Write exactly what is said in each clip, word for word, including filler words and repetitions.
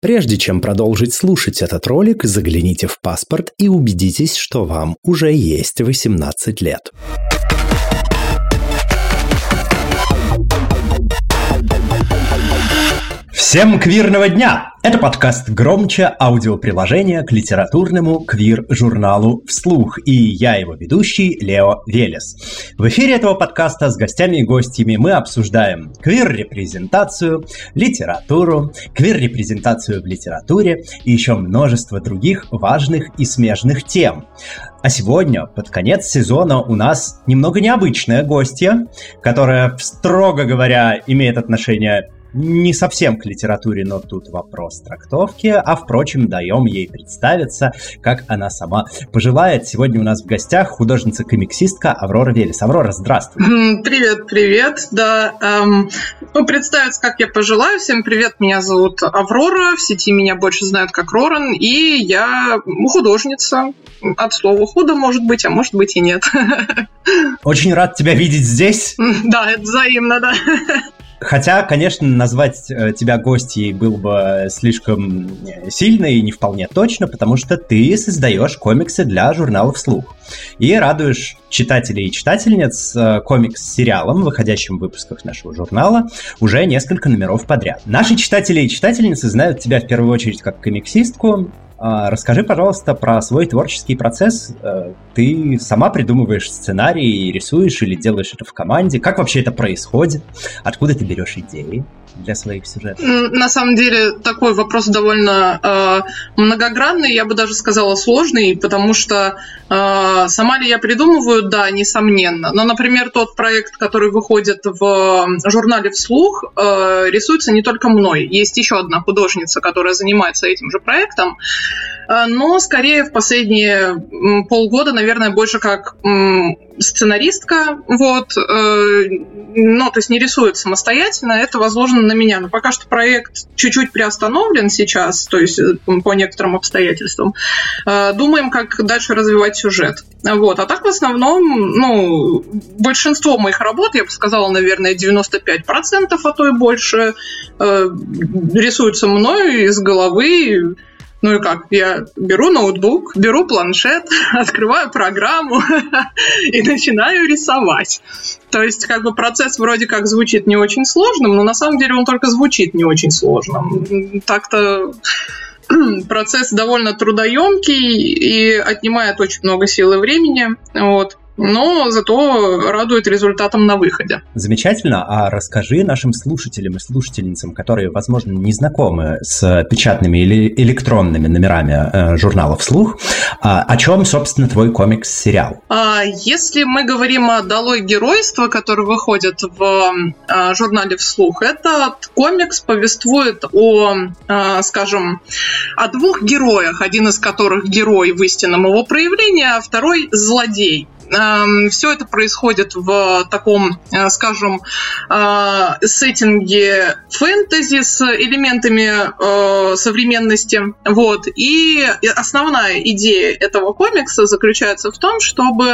Прежде чем продолжить слушать этот ролик, загляните в паспорт и убедитесь, что вам уже есть восемнадцать лет. Всем квирного дня! Это подкаст «Громче» аудиоприложения к литературному квир-журналу «Вслух», и я его ведущий Лео Велес. В эфире этого подкаста с гостями и гостями мы обсуждаем квир-репрезентацию, литературу, квир-репрезентацию в литературе и еще множество других важных и смежных тем. А сегодня, под конец сезона, у нас немного необычная гостья, которая, строго говоря, имеет отношение не совсем к литературе, но тут вопрос трактовки, а, впрочем, даем ей представиться, как она сама пожелает. Сегодня у нас в гостях художница-комиксистка Аврора Велес. Аврора, здравствуй. Привет, привет. Да, эм, ну, представиться, как я пожелаю. Всем привет, меня зовут Аврора, в сети меня больше знают как Роран, и я художница. От слова худо, может быть, а может быть и нет. Очень рад тебя видеть здесь. Да, это взаимно, да. Хотя, конечно, назвать тебя гостьей было бы слишком сильно и не вполне точно, потому что ты создаешь комиксы для журнала «Вслух» и радуешь читателей и читательниц комикс-сериалом, выходящим в выпусках нашего журнала, уже несколько номеров подряд. Наши читатели и читательницы знают тебя в первую очередь как комиксистку. Расскажи, пожалуйста, про свой творческий процесс. Ты сама придумываешь сценарий, рисуешь или делаешь это в команде? Как вообще это происходит? Откуда ты берешь идеи для своих сюжетов? На самом деле такой вопрос довольно э, многогранный, я бы даже сказала сложный, потому что э, сама ли я придумываю? Да, несомненно. Но, например, тот проект, который выходит в журнале «Вслух», э, рисуется не только мной. Есть еще одна художница, которая занимается этим же проектом, э, но скорее в последние полгода, наверное, больше как м, сценаристка, вот, э, ну, то есть не рисует самостоятельно, это возложено на меня. Но пока что проект чуть-чуть приостановлен сейчас, то есть по некоторым обстоятельствам. Э, думаем, как дальше развивать сюжет. Вот. А так в основном, ну, большинство моих работ, я бы сказала, наверное, девяносто пять процентов, а то и больше, э, рисуются мной из головы. Ну и как? Я беру ноутбук, беру планшет, открываю программу и начинаю рисовать. То есть, как бы процесс вроде как звучит не очень сложным, но на самом деле он только звучит не очень сложным. Так-то процесс довольно трудоемкий и отнимает очень много сил и времени. Вот. Но зато радует результатом на выходе. Замечательно. А расскажи нашим слушателям и слушательницам, которые, возможно, не знакомы с печатными или электронными номерами э, журнала «Вслух», а, о чем, собственно, твой комикс-сериал? А, если мы говорим о «Долой геройство», который выходит в а, журнале «Вслух», этот комикс повествует о, а, скажем, о двух героях, один из которых герой в истинном его проявлении, а второй – злодей. Все это происходит в таком, скажем, сеттинге фэнтези с элементами современности. Вот. И основная идея этого комикса заключается в том, чтобы...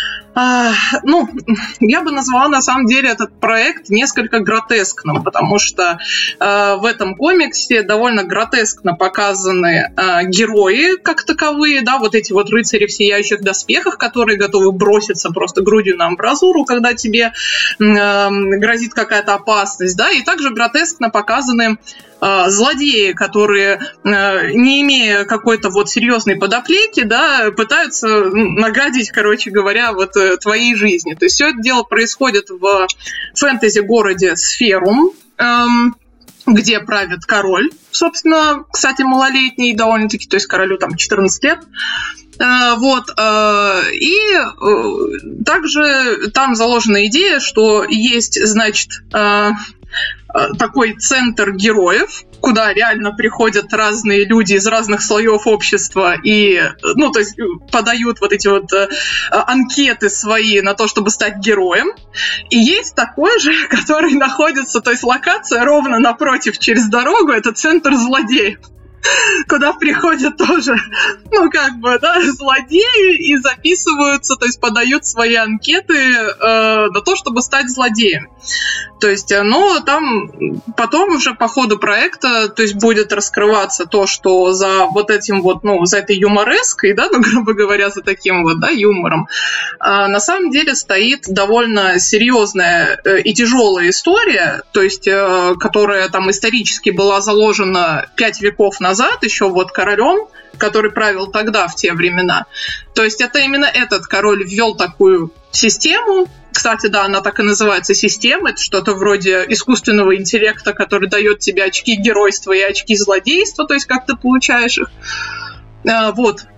Ну, я бы назвала, на самом деле, этот проект несколько гротескным, потому что э, в этом комиксе довольно гротескно показаны э, герои как таковые, да, вот эти вот рыцари в сияющих доспехах, которые готовы броситься просто грудью на амбразуру, когда тебе э, грозит какая-то опасность, да, и также гротескно показаны злодеи, которые, не имея какой-то вот серьезной подоплеки, да, пытаются нагадить, короче говоря, вот твоей жизни. То есть все это дело происходит в фэнтези-городе Сферум, эм, где правит король, собственно, кстати, малолетний довольно-таки, то есть королю там четырнадцать лет. Э, вот, э, и э, также там заложена идея, что есть, значит, э, такой центр героев, куда реально приходят разные люди из разных слоев общества и, ну, то есть подают вот эти вот э, анкеты свои на то, чтобы стать героем. И есть такой же, который находится, то есть локация ровно напротив через дорогу, это центр злодеев. куда приходят тоже, ну, как бы, да, злодеи и записываются, то есть подают свои анкеты э, на то, чтобы стать злодеем. То есть, ну, там потом уже по ходу проекта, то есть, будет раскрываться то, что за вот этим вот, ну, за этой юмореской, да, ну, грубо говоря, за таким вот, да, юмором, а на самом деле стоит довольно серьезная и тяжелая история, то есть, которая там исторически была заложена пять веков назад, еще вот королем, который правил тогда, в те времена. То есть, это именно этот король ввел такую систему. Кстати, да, она так и называется система. Это что-то вроде искусственного интеллекта, который дает тебе очки геройства и очки злодейства, то есть как ты получаешь их. Вот.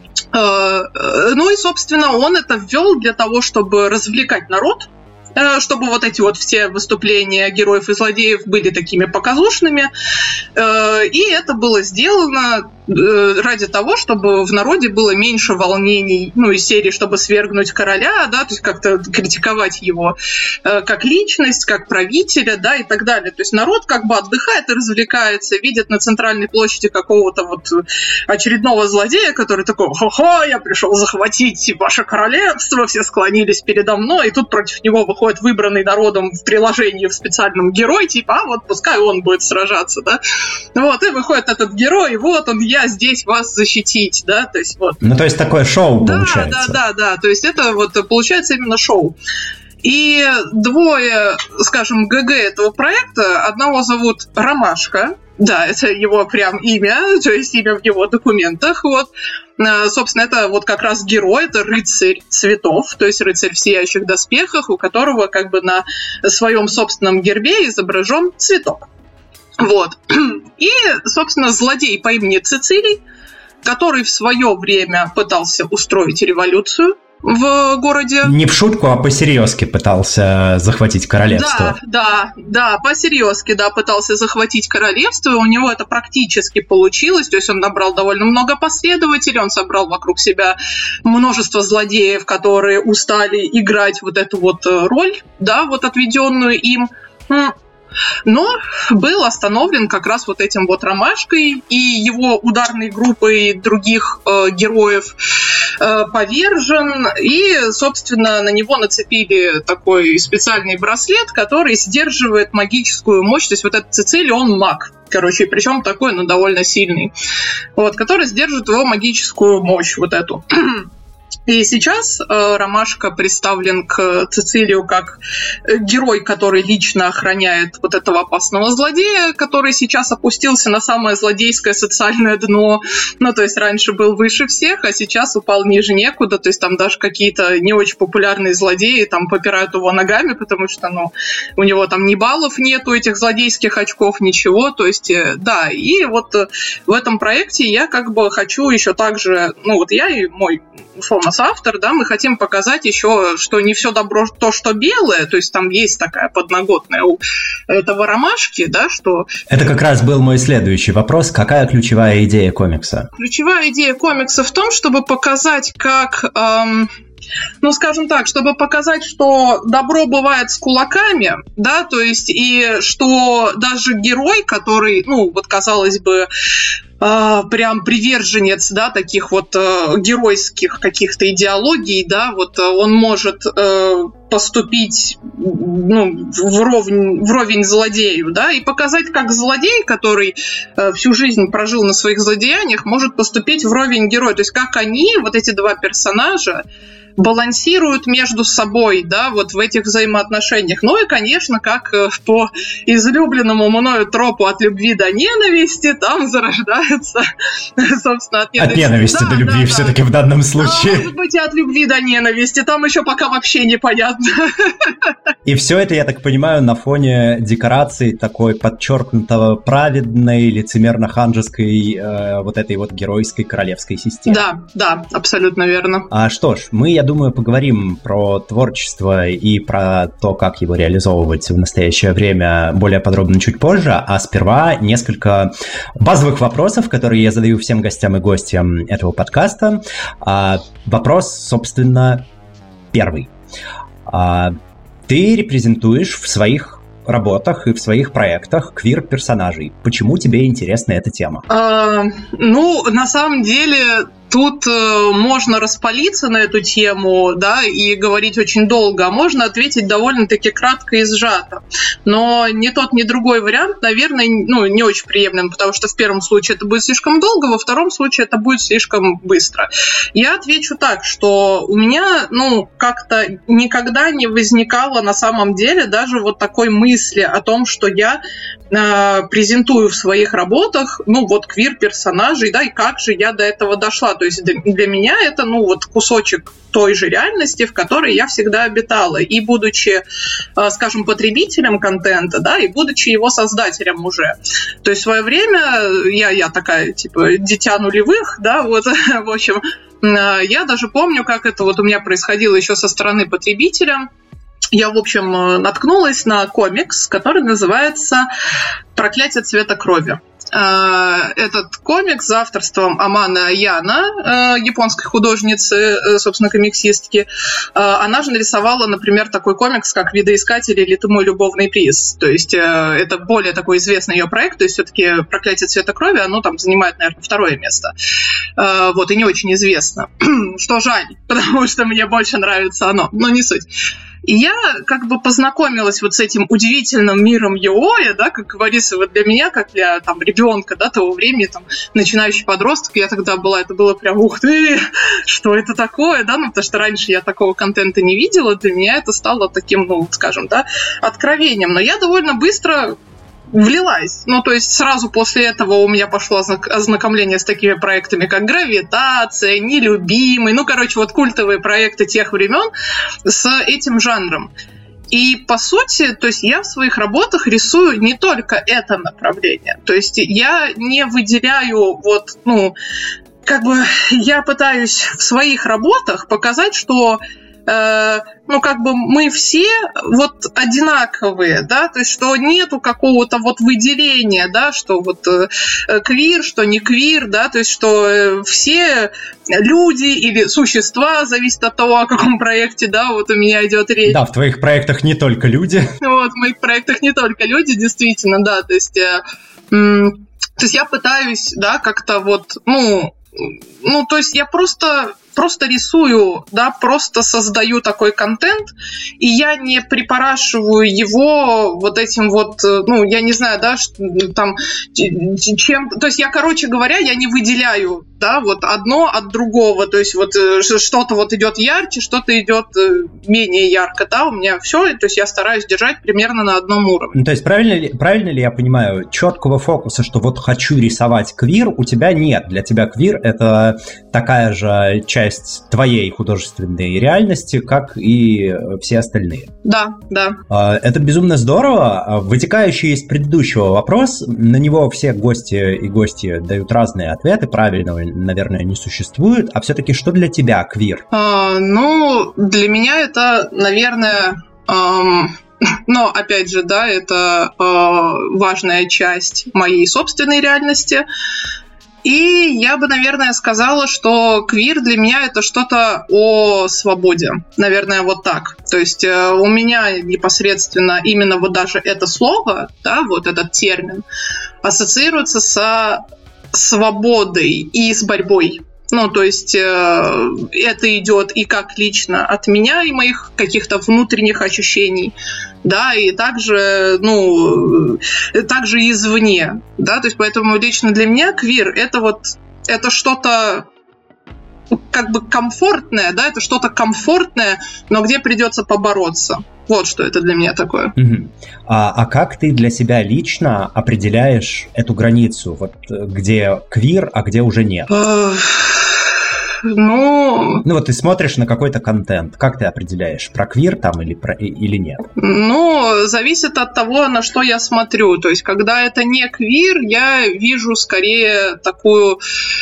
Ну и, собственно, он это ввел для того, чтобы развлекать народ, чтобы вот эти вот все выступления героев и злодеев были такими показушными. И это было сделано ради того, чтобы в народе было меньше волнений, ну, из серии, чтобы свергнуть короля, да, то есть как-то критиковать его как личность, как правителя, да, и так далее. То есть народ как бы отдыхает и развлекается, видит на центральной площади какого-то вот очередного злодея, который такой: хо-хо, я пришел захватить ваше королевство, все склонились передо мной, и тут против него выходит выбранный народом в приложении в специальном герой, типа, а вот пускай он будет сражаться, да. Вот, и выходит этот герой, и вот он, я здесь вас защитить, да, то есть вот. Ну, то есть такое шоу да, получается. Да, да, да, то есть это вот получается именно шоу. И двое, скажем, ГГ этого проекта, одного зовут Ромашка, да, это его прям имя, то есть имя в его документах, вот. Собственно, это вот как раз герой, это рыцарь цветов, то есть рыцарь в сияющих доспехах, у которого как бы на своем собственном гербе изображен цветок. Вот. И, собственно, злодей по имени Цицилий, который в свое время пытался устроить революцию в городе. Не в шутку, а по-серьезки пытался захватить королевство. Да, да, да, по-серьезки, да, пытался захватить королевство, и у него это практически получилось, то есть он набрал довольно много последователей, он собрал вокруг себя множество злодеев, которые устали играть вот эту вот роль, да, вот отведенную им. Но был остановлен как раз вот этим вот Ромашкой и его ударной группой других э, героев э, повержен. И, собственно, на него нацепили такой специальный браслет, который сдерживает магическую мощь. То есть вот этот Цицилий, он маг. Короче, причем такой, но довольно сильный. Вот, который сдерживает его магическую мощь, вот эту. И сейчас э, Ромашка представлен к Цицилию как герой, который лично охраняет вот этого опасного злодея, который сейчас опустился на самое злодейское социальное дно. Ну, то есть раньше был выше всех, а сейчас упал ниже некуда. То есть там даже какие-то не очень популярные злодеи там попирают его ногами, потому что, ну, у него там ни баллов нету, этих злодейских очков, ничего. То есть, э, да, и вот э, в этом проекте я как бы хочу еще также, ну, вот я и мой условно автор, да, мы хотим показать еще, что не все добро то, что белое, то есть там есть такая подноготная у этого Ромашки, да, что... Это как раз был мой следующий вопрос. Какая ключевая идея комикса? Ключевая идея комикса в том, чтобы показать, как... Эм... Ну, скажем так, чтобы показать, что добро бывает с кулаками, да, то есть, и что даже герой, который, ну, вот, казалось бы, э, прям приверженец, да, таких вот э, геройских каких-то идеологий, да, вот, он может э, поступить, ну, вровень, вровень злодею, да, и показать, как злодей, который э, всю жизнь прожил на своих злодеяниях, может поступить вровень героя, то есть, как они, вот эти два персонажа, балансируют между собой, да, вот в этих взаимоотношениях. Ну и, конечно, как по излюбленному мною тропу от любви до ненависти, там зарождается, собственно, от ненависти. От ненависти да, до любви да, все-таки да. В данном случае. А может быть, и от любви до ненависти, там еще пока вообще непонятно. И все это, я так понимаю, на фоне декораций такой подчеркнуто праведной, лицемерно-ханжеской, э, вот этой вот геройской королевской системы. Да, да, абсолютно верно. А что ж, мы, я думаю, поговорим про творчество и про то, как его реализовывать в настоящее время более подробно чуть позже, а сперва несколько базовых вопросов, которые я задаю всем гостям и гостям этого подкаста. А, вопрос, собственно, первый. А, ты репрезентуешь в своих работах и в своих проектах квир-персонажей. Почему тебе интересна эта тема? А, ну, на самом деле... Тут э, можно распалиться на эту тему, да, и говорить очень долго, а можно ответить довольно-таки кратко и сжато. Но ни тот, ни другой вариант, наверное, ну, не очень приемлем, потому что в первом случае это будет слишком долго, во втором случае это будет слишком быстро. Я отвечу так, что у меня, ну, как-то никогда не возникало на самом деле даже вот такой мысли о том, что я э, презентую в своих работах, ну, вот квир-персонажей, да, и как же я до этого дошла. То есть для меня это, ну, вот кусочек той же реальности, в которой я всегда обитала. И будучи, скажем, потребителем контента, да, и будучи его создателем уже. То есть в свое время я, я такая, типа, дитя нулевых, да, вот, в общем, я даже помню, как это вот у меня происходило еще со стороны потребителя. Я, в общем, наткнулась на комикс, который называется «Проклятие цвета крови». Этот комикс за авторством Аманы Аяна, японской художницы, собственно, комиксистки, она же нарисовала, например, такой комикс, как «Видоискатель» или «Ты мой любовный приз». То есть это более такой известный ее проект, то есть все-таки «Проклятие цвета крови», оно там занимает, наверное, второе место. Вот, и не очень известно. Что жаль, потому что мне больше нравится оно, но не суть. И я как бы познакомилась вот с этим удивительным миром яоя, да, как говорится, вот для меня, как для там ребенка, да, того времени, там, начинающий подросток, я тогда была, это было прям, ух ты, что это такое, да, ну, потому что раньше я такого контента не видела, для меня это стало таким, ну, скажем, да, откровением, но я довольно быстро влилась. Ну, то есть сразу после этого у меня пошло ознакомление с такими проектами, как «Гравитация», «Нелюбимый», ну, короче, вот культовые проекты тех времен с этим жанром. И, по сути, то есть я в своих работах рисую не только это направление. То есть я не выделяю вот, ну, как бы я пытаюсь в своих работах показать, что ну, как бы мы все вот одинаковые, да, то есть что нету какого-то вот выделения, да, что вот э, квир, что не квир, да, то есть что э, все люди или существа, зависит от того, о каком проекте, да, вот у меня идет речь. Да, в твоих проектах не только люди. Вот, в моих проектах не только люди, действительно, да, то есть, э, э, то есть я пытаюсь, да, как-то вот, ну, ну, то есть я просто... просто рисую, да, просто создаю такой контент, и я не припорашиваю его вот этим вот, ну, я не знаю, да, там, чем... То есть я, короче говоря, я не выделяю, да, вот одно от другого, то есть вот что-то вот идет ярче, что-то идет менее ярко, да, у меня все, то есть я стараюсь держать примерно на одном уровне. Ну, то есть правильно ли, правильно ли я понимаю, четкого фокуса, что вот хочу рисовать квир, у тебя нет. Для тебя квир — это такая же часть твоей художественной реальности, как и все остальные. Да, да. Это безумно здорово. Вытекающий из предыдущего вопрос, на него все гости и гости дают разные ответы, правильного, наверное, не существует. А все-таки что для тебя квир? А, ну, для меня это, наверное... Эм... Но, опять же, да, это э, важная часть моей собственной реальности. И я бы, наверное, сказала, что квир для меня это что-то о свободе. Наверное, вот так. То есть э, у меня непосредственно именно вот даже это слово, да, вот этот термин, ассоциируется со свободой и с борьбой. Ну, то есть э, это идет и как лично от меня, и моих каких-то внутренних ощущений, да, и также, ну, также извне, да, то есть поэтому лично для меня квир это вот, это что-то как бы комфортное, да, это что-то комфортное, но где придется побороться. Вот что это для меня такое. Угу. А, а как ты для себя лично определяешь эту границу, вот где квир, а где уже нет? Ну... Ну вот ты смотришь на какой-то контент, как ты определяешь, про квир там или, про, или нет? Ну, зависит от того, на что я смотрю. То есть, когда это не квир, я вижу скорее такую...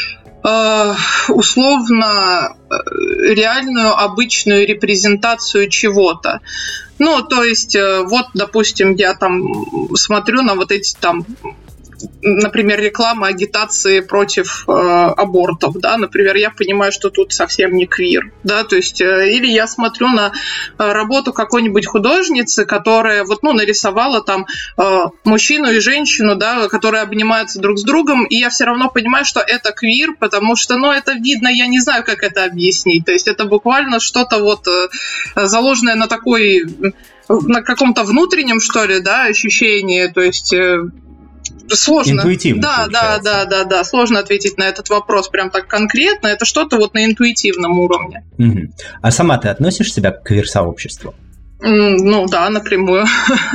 условно реальную обычную репрезентацию чего-то. Ну, то есть, вот, допустим, я там смотрю на вот эти там например, рекламы, агитации против э, абортов, да, например, я понимаю, что тут совсем не квир, да, то есть, э, или я смотрю на э, работу какой-нибудь художницы, которая вот, ну, нарисовала там э, мужчину и женщину, да, которые обнимаются друг с другом, и я все равно понимаю, что это квир, потому что, ну, это видно, я не знаю, как это объяснить, то есть это буквально что-то вот э, заложенное на такой, на каком-то внутреннем, что ли, да, ощущении, то есть... Э, Сложно. Интуитивно. Да, да, да, да, да. Сложно ответить на этот вопрос прям так конкретно. Это что-то вот на интуитивном уровне. Угу. А сама ты относишь себя к квир-сообществу? Ну да, напрямую.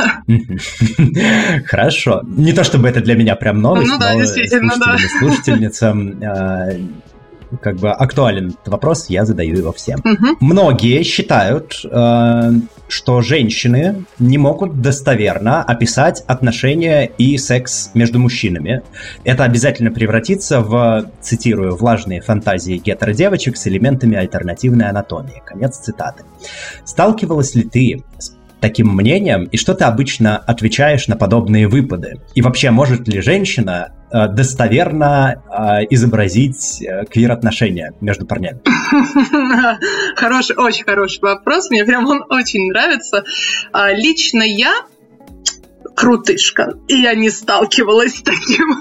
Хорошо. Не то чтобы это для меня прям новость, ну, да, но действительно, слушателям да. и слушательницам э, как бы актуален этот вопрос, я задаю его всем. Угу. Многие считают, э, что женщины не могут достоверно описать отношения и секс между мужчинами. Это обязательно превратится в, цитирую, «влажные фантазии гетеродевочек с элементами альтернативной анатомии». Конец цитаты. Сталкивалась ли ты с таким мнением, и что ты обычно отвечаешь на подобные выпады? И вообще, может ли женщина э, достоверно э, изобразить э, квир-отношения между парнями? Хороший, очень хороший вопрос, мне прям он очень нравится. Лично я крутышка, и я не сталкивалась с таким.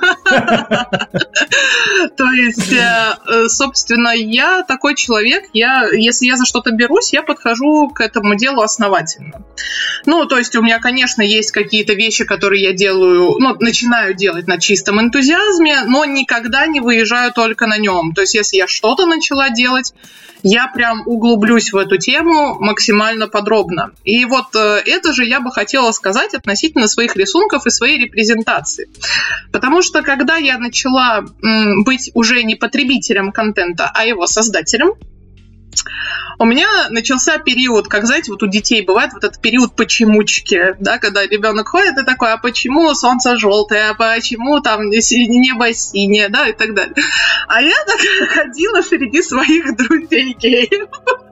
То есть, собственно, я такой человек, я, если я за что-то берусь, я подхожу к этому делу основательно. Ну, то есть у меня, конечно, есть какие-то вещи, которые я делаю, ну, начинаю делать на чистом энтузиазме, но никогда не выезжаю только на нем. То есть если я что-то начала делать, я прям углублюсь в эту тему максимально подробно. И вот э, это же я бы хотела сказать относительно своих рисунков и своей репрезентации. Потому что когда я начала м, быть уже не потребителем контента, а его создателем, у меня начался период, как, знаете, вот у детей бывает вот этот период почемучки, да, когда ребенок ходит и такой, а почему солнце желтое, а почему там небо синее, да, и так далее. А я так ходила среди своих друзей геев.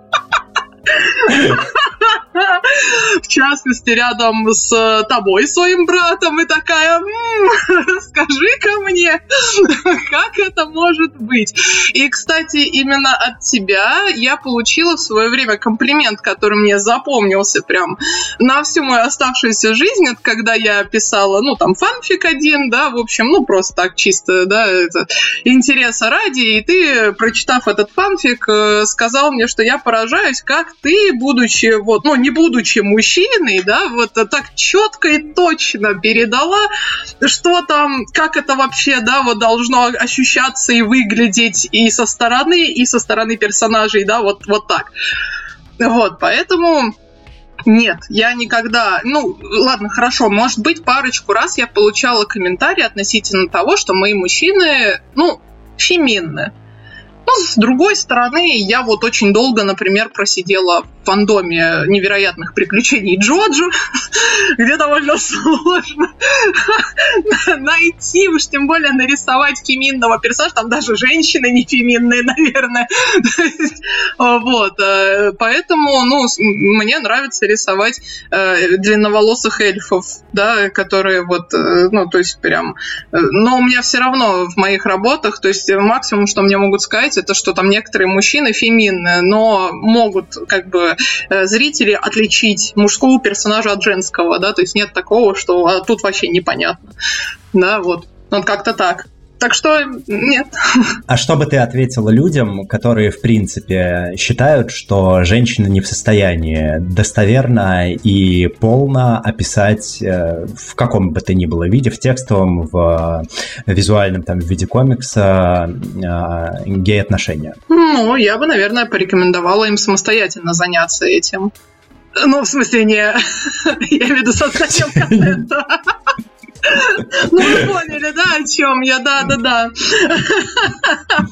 В частности, рядом с тобой, своим братом, и такая, м-м, скажи-ка мне, как это может быть? И, кстати, именно от тебя я получила в свое время комплимент, который мне запомнился прям на всю мою оставшуюся жизнь. Это когда я писала, ну, там, фанфик один, да, в общем, ну, просто так чисто, да, это, интереса ради, и ты, прочитав этот фанфик, сказал мне, что я поражаюсь, как ты, будучи, вот, ну, не будучи мужчиной, да, вот так четко и точно передала, что там, как это вообще, да, вот должно ощущаться и выглядеть и со стороны, и со стороны персонажей, да, вот, вот так. Вот, поэтому... Нет, я никогда... Ну, ладно, хорошо, может быть, парочку раз я получала комментарии относительно того, что мои мужчины, ну, феминны. Ну, с другой стороны, я вот очень долго, например, просидела в фандоме невероятных приключений Джоджо, где довольно сложно найти, уж тем более нарисовать феминного персонажа, там даже женщины не феминные, наверное. Вот, поэтому, ну, мне нравится рисовать длинноволосых эльфов, да, которые вот, ну, то есть прям... Но у меня все равно в моих работах, то есть максимум, что мне могут сказать, это что там некоторые мужчины феминные, но могут как бы зрители отличить мужского персонажа от женского, да, то есть нет такого, что а, тут вообще непонятно, да, вот, вот как-то так. Так что нет. А что бы ты ответила людям, которые, в принципе, считают, что женщина не в состоянии достоверно и полно описать э, в каком бы то ни было виде, в текстовом, в визуальном, там, в виде комикса, э, гей-отношения? Ну, я бы, наверное, порекомендовала им самостоятельно заняться этим. Ну, в смысле, не... Я имею в виду созданием контента. Ну, вы поняли, да, о чем я, да-да-да.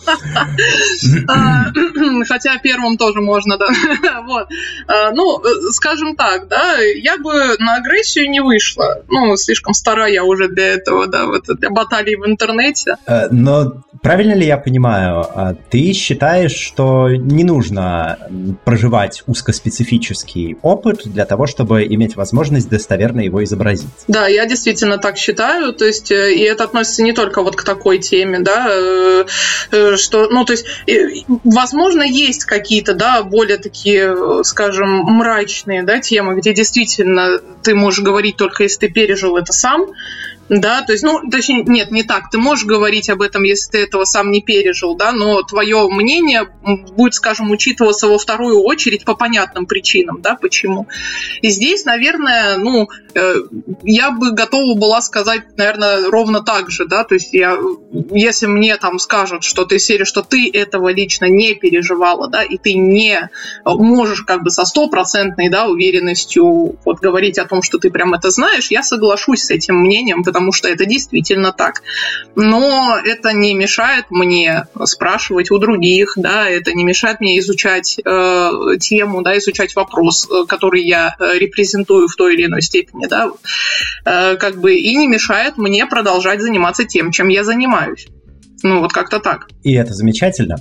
Хотя первым тоже можно, да. Вот. Ну, скажем так, да, я бы на агрессию не вышла. Ну, слишком стара я уже для этого, да, вот для баталий в интернете. Но правильно ли я понимаю, ты считаешь, что не нужно проживать узкоспецифический опыт для того, чтобы иметь возможность достоверно его изобразить? Да, я действительно так считаю, то есть, и это относится не только вот к такой теме, да, что, ну, то есть, возможно, есть какие-то, да, более такие, скажем, мрачные, да, темы, где действительно ты можешь говорить только если ты пережил это сам, да, то есть, ну, точнее, нет, не так, ты можешь говорить об этом, если ты этого сам не пережил, да, но твое мнение будет, скажем, учитываться во вторую очередь по понятным причинам, да, почему. И здесь, наверное, ну, э, я бы готова была сказать, наверное, ровно так же, да, то есть я, если мне там скажут, что ты серии, что ты этого лично не переживала, да, и ты не можешь как бы со стопроцентной, да, уверенностью вот говорить о том, что ты прям это знаешь, я соглашусь с этим мнением, потому что это действительно так. Но это не мешает мне спрашивать у других, да, это не мешает мне изучать э, тему, да, изучать вопрос, который я репрезентую в той или иной степени, да, э, как бы, и не мешает мне продолжать заниматься тем, чем я занимаюсь. Ну, вот как-то так. И это замечательно.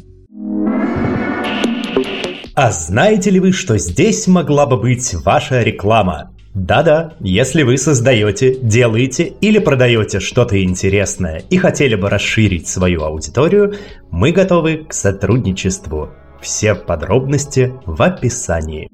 А знаете ли вы, что здесь могла бы быть ваша реклама? Да-да, если вы создаете, делаете или продаете что-то интересное и хотели бы расширить свою аудиторию, мы готовы к сотрудничеству. Все подробности в описании.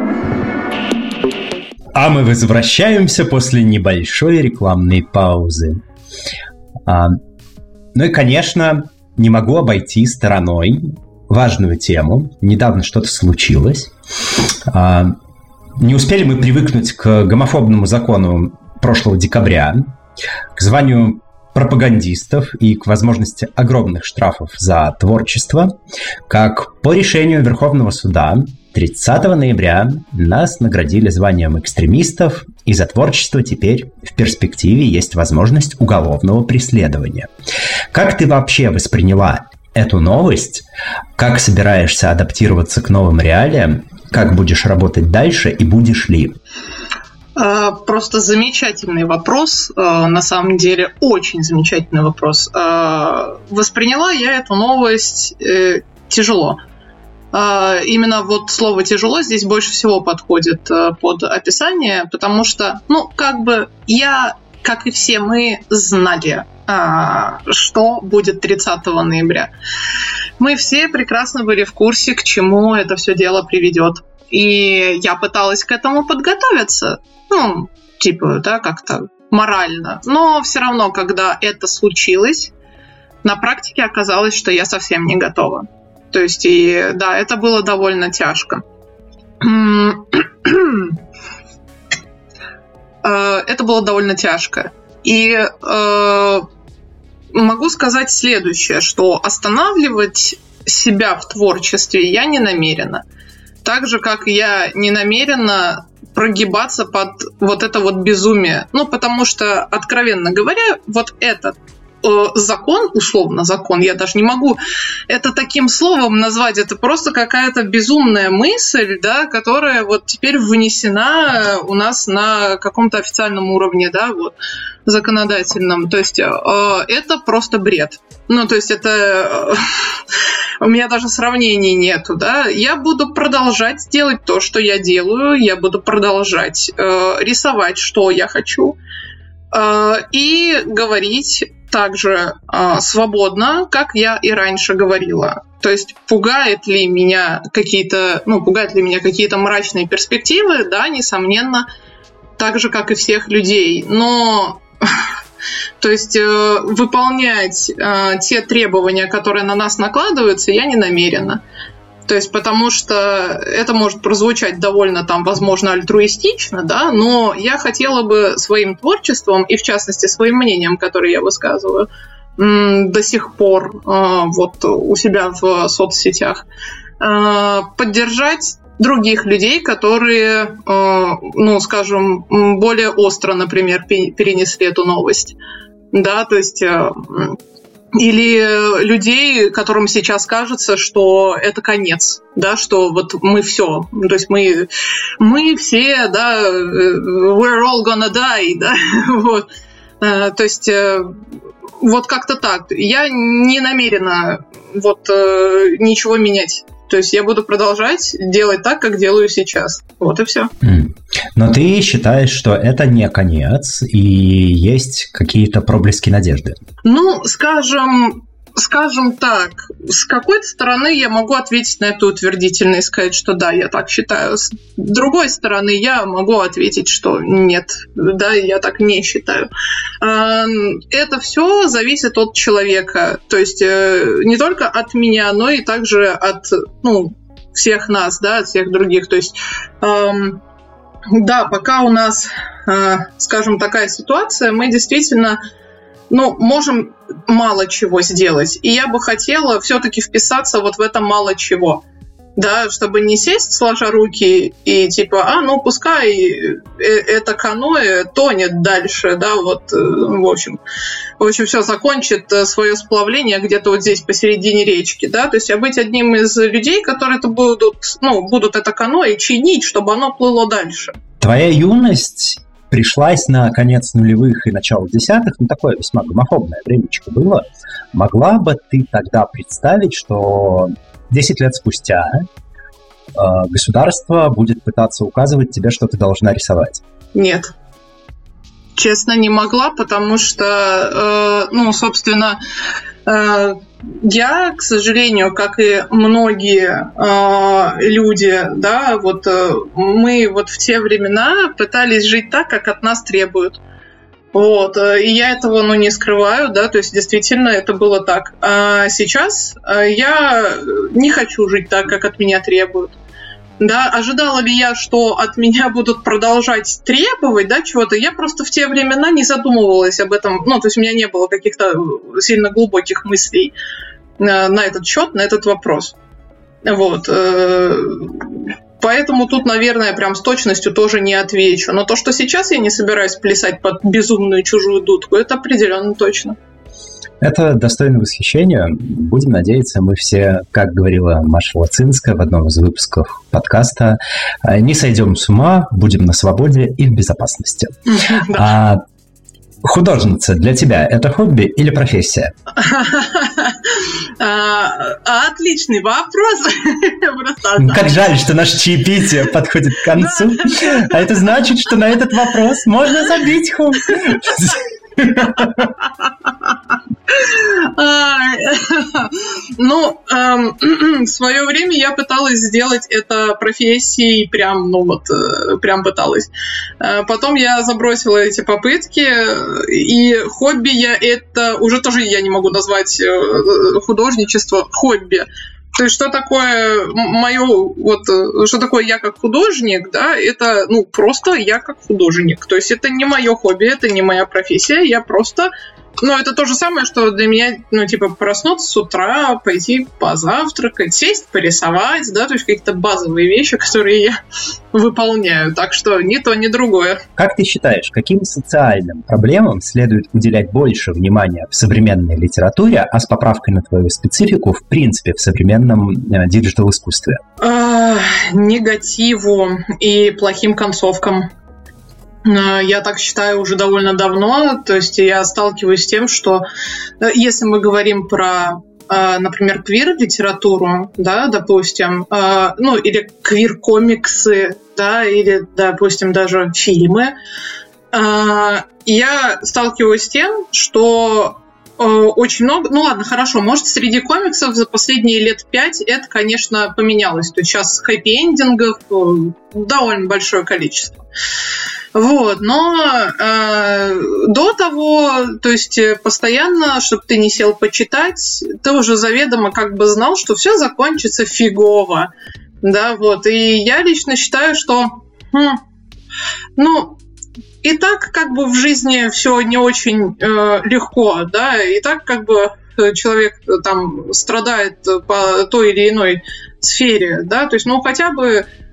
А мы возвращаемся после небольшой рекламной паузы. А, ну и, конечно, не могу обойти стороной важную тему. Недавно что-то случилось. А, Не успели мы привыкнуть к гомофобному закону прошлого декабря, к званию пропагандистов и к возможности огромных штрафов за творчество, как по решению Верховного суда тридцатого ноября нас наградили званием экстремистов, и за творчество теперь в перспективе есть возможность уголовного преследования. Как ты вообще восприняла эту новость? Как собираешься адаптироваться к новым реалиям? Как будешь работать дальше и будешь ли? Просто замечательный вопрос, на самом деле очень замечательный вопрос. Восприняла я эту новость тяжело. Именно вот слово «тяжело» здесь больше всего подходит под описание, потому что, ну, как бы я, как и все мы, знали, что будет тридцатого ноября. Мы все прекрасно были в курсе, к чему это все дело приведет. И я пыталась к этому подготовиться, ну, типа, да, как-то морально. Но все равно, когда это случилось, на практике оказалось, что я совсем не готова. То есть, и да, это было довольно тяжко. Это было довольно тяжко. И э, могу сказать следующее, что останавливать себя в творчестве я не намерена. Так же, как я не намерена прогибаться под вот это вот безумие. Ну, потому что, откровенно говоря, вот этот э, закон, условно закон, я даже не могу это таким словом назвать, это просто какая-то безумная мысль, да, которая вот теперь вынесена у нас на каком-то официальном уровне, да, вот, законодательном. То есть э, это просто бред. Ну, то есть это... Э, у меня даже сравнений нету, да. Я буду продолжать делать то, что я делаю. Я буду продолжать э, рисовать, что я хочу. Э, и говорить также э, свободно, как я и раньше говорила. То есть пугает ли меня какие-то... Ну, пугают ли меня какие-то мрачные перспективы? Да, несомненно. Так же, как и всех людей. Но... То есть э, выполнять э, те требования, которые на нас накладываются, я не намерена. То есть потому что это может прозвучать довольно, там, возможно, альтруистично, да, но я хотела бы своим творчеством и, в частности, своим мнением, которое я высказываю м- до сих пор э, вот у себя в соцсетях, э, поддержать других людей, которые, э, ну, скажем, более остро, например, перенесли эту новость. Да, то есть э, или людей, которым сейчас кажется, что это конец, да, что вот мы все, то есть мы, мы все, да, we're all gonna die, да, вот, то есть вот как-то так. Я не намерена вот ничего менять. То есть я буду продолжать делать так, как делаю сейчас. Вот и все. Mm. Но ты считаешь, что это не конец, и есть какие-то проблески надежды? Ну, скажем, скажем так, с какой-то стороны я могу ответить на это утвердительно и сказать, что да, я так считаю. С другой стороны, я могу ответить, что нет, да, я так не считаю. Это все зависит от человека. То есть не только от меня, но и также от, ну, всех нас, да, от всех других. То есть, эм, да, пока у нас, э, скажем, такая ситуация, мы действительно, ну, можем мало чего сделать. И я бы хотела все-таки вписаться вот в это мало чего. Да, чтобы не сесть, сложа руки, и типа, а, ну, пускай это каноэ тонет дальше, да, вот, в общем, в общем, все, закончит свое сплавление где-то вот здесь посередине речки, да, то есть, а быть одним из людей, которые это будут, ну, будут это каноэ чинить, чтобы оно плыло дальше. Твоя юность пришлась на конец нулевых и начало десятых, ну, такое весьма гомофобное времечко было. Могла бы ты тогда представить, что десять лет спустя э, государство будет пытаться указывать тебе, что ты должна рисовать? Нет. Честно, не могла, потому что, э, ну, собственно, э, я, к сожалению, как и многие э, люди, да, вот э, мы вот в те времена пытались жить так, как от нас требуют. Вот, и я этого, ну, не скрываю, да, то есть действительно это было так. А сейчас я не хочу жить так, как от меня требуют. Да, ожидала ли я, что от меня будут продолжать требовать, да, чего-то? Я просто в те времена не задумывалась об этом, ну, то есть у меня не было каких-то сильно глубоких мыслей на этот счет, на этот вопрос. Вот. Поэтому тут, наверное, прям с точностью тоже не отвечу. Но то, что сейчас я не собираюсь плясать под безумную чужую дудку, это определенно точно. Это достойно восхищения. Будем надеяться, мы все, как говорила Маша Лацинская в одном из выпусков подкаста, не сойдем с ума, будем на свободе и в безопасности. А художница для тебя – это хобби или профессия? Отличный вопрос. Как жаль, что наше чаепитие подходит к концу. А это значит, что на этот вопрос можно забить хобби. Ну, в свое время я пыталась сделать это профессией, прям, ну вот, прям пыталась. Потом я забросила эти попытки, и хобби я это уже тоже я не могу назвать художничество хобби. То есть, что такое мое, вот, что такое я как художник, да, это, ну, просто я как художник. То есть, это не мое хобби, это не моя профессия, я просто... Ну, это то же самое, что для меня, ну, типа, проснуться с утра, пойти позавтракать, сесть, порисовать, да, то есть какие-то базовые вещи, которые я выполняю. Так что ни то, ни другое. Как ты считаешь, каким социальным проблемам следует уделять больше внимания в современной литературе, а с поправкой на твою специфику, в принципе, в современном диджитал-искусстве? Негативу и плохим концовкам. Я так считаю уже довольно давно, то есть я сталкиваюсь с тем, что если мы говорим про, например, квир-литературу, да, допустим, ну, или квир-комиксы, да, или, допустим, даже фильмы, я сталкиваюсь с тем, что очень много, ну ладно, хорошо, может, среди комиксов за последние лет пять это, конечно, поменялось, то есть сейчас хэппи-эндингов довольно большое количество. Вот, но э, до того, то есть постоянно, чтобы ты не сел почитать, ты уже заведомо как бы знал, что все закончится фигово, да, вот, и я лично считаю, что, хм, ну, и так как бы в жизни все не очень э, легко, да, и так как бы человек там страдает по той или иной сфере, да, то есть, ну, хотя бы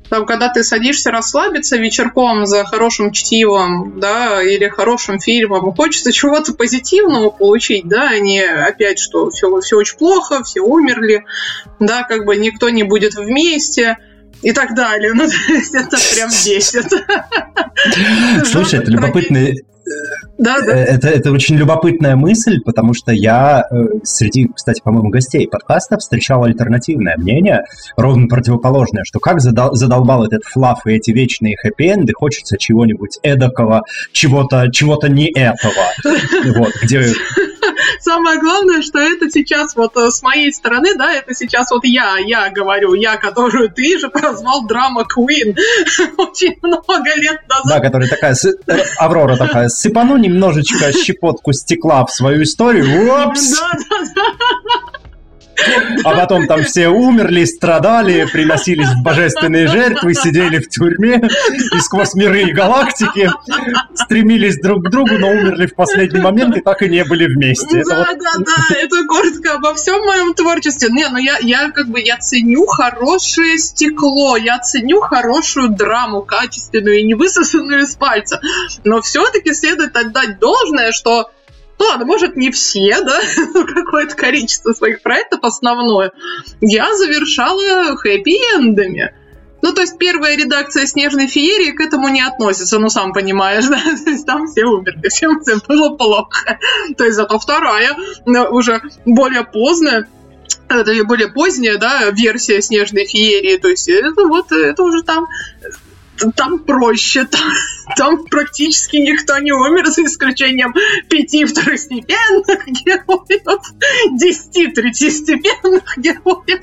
Там, когда ты садишься расслабиться вечерком за хорошим чтивом, да, или хорошим фильмом, хочется чего-то позитивного получить, да, а не опять, что все, все очень плохо, все умерли, да, как бы никто не будет вместе и так далее. Ну, то есть это прям бесит. Слушай, это любопытный... Да, да. Это, это очень любопытная мысль, потому что я среди, кстати, по-моему, гостей подкаста встречал альтернативное мнение, ровно противоположное, что как задол- задолбал этот флаф и эти вечные хэппи-энды, хочется чего-нибудь эдакого, чего-то, чего-то не этого. Вот, где... Самое главное, что это сейчас вот с моей стороны, да, это сейчас вот я, я говорю, я, которую ты же прозвал драма Queen очень много лет назад. Да, которая такая, Аврора такая, сыпану немножечко щепотку стекла в свою историю, опс! Да, да, да. А потом там все умерли, страдали, приносились в божественные жертвы, сидели в тюрьме и сквозь миры и галактики стремились друг к другу, но умерли в последний момент и так и не были вместе. Да, это да, вот... да, это коротко обо всем моем творчестве. Не, ну я, я как бы, я ценю хорошее стекло, я ценю хорошую драму, качественную и не высосанную из пальца. Но все-таки следует отдать должное, что ну ладно, может, не все, да, какое-то количество своих проектов основное, я завершала хэппи-эндами. Ну, то есть первая редакция «Снежной феерии» к этому не относится, ну, сам понимаешь, да, то есть там все умерли, всем всем было плохо. То есть зато вторая, уже более поздняя, это более поздняя, да, версия «Снежной феерии», то есть это вот, это уже там... Там проще, там, там практически никто не умер, за исключением пяти второстепенных героев, десяти третьестепенных героев.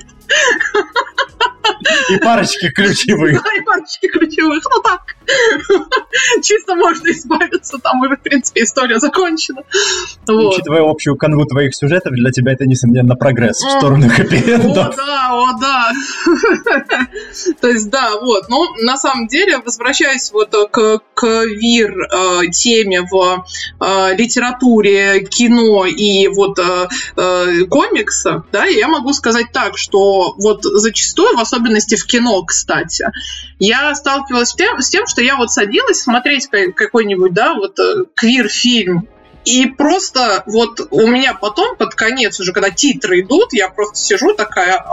И парочки ключевых. Да, и парочки ключевых. Ну так, чисто можно избавиться, там уже, в принципе, история закончена. Вот. Учитывая общую канву твоих сюжетов, для тебя это, несомненно, прогресс в сторону хэппи-энда. О, да, о, да. То есть, да, вот. Ну, на самом деле, возвращаясь вот к квир-теме в литературе, кино и вот комиксах, да, я могу сказать так, что вот зачастую, в особенности в кино, кстати, я сталкивалась с тем, с тем, что я вот садилась смотреть какой-нибудь, да, вот квир-фильм, и просто вот у меня потом под конец уже, когда титры идут, я просто сижу такая,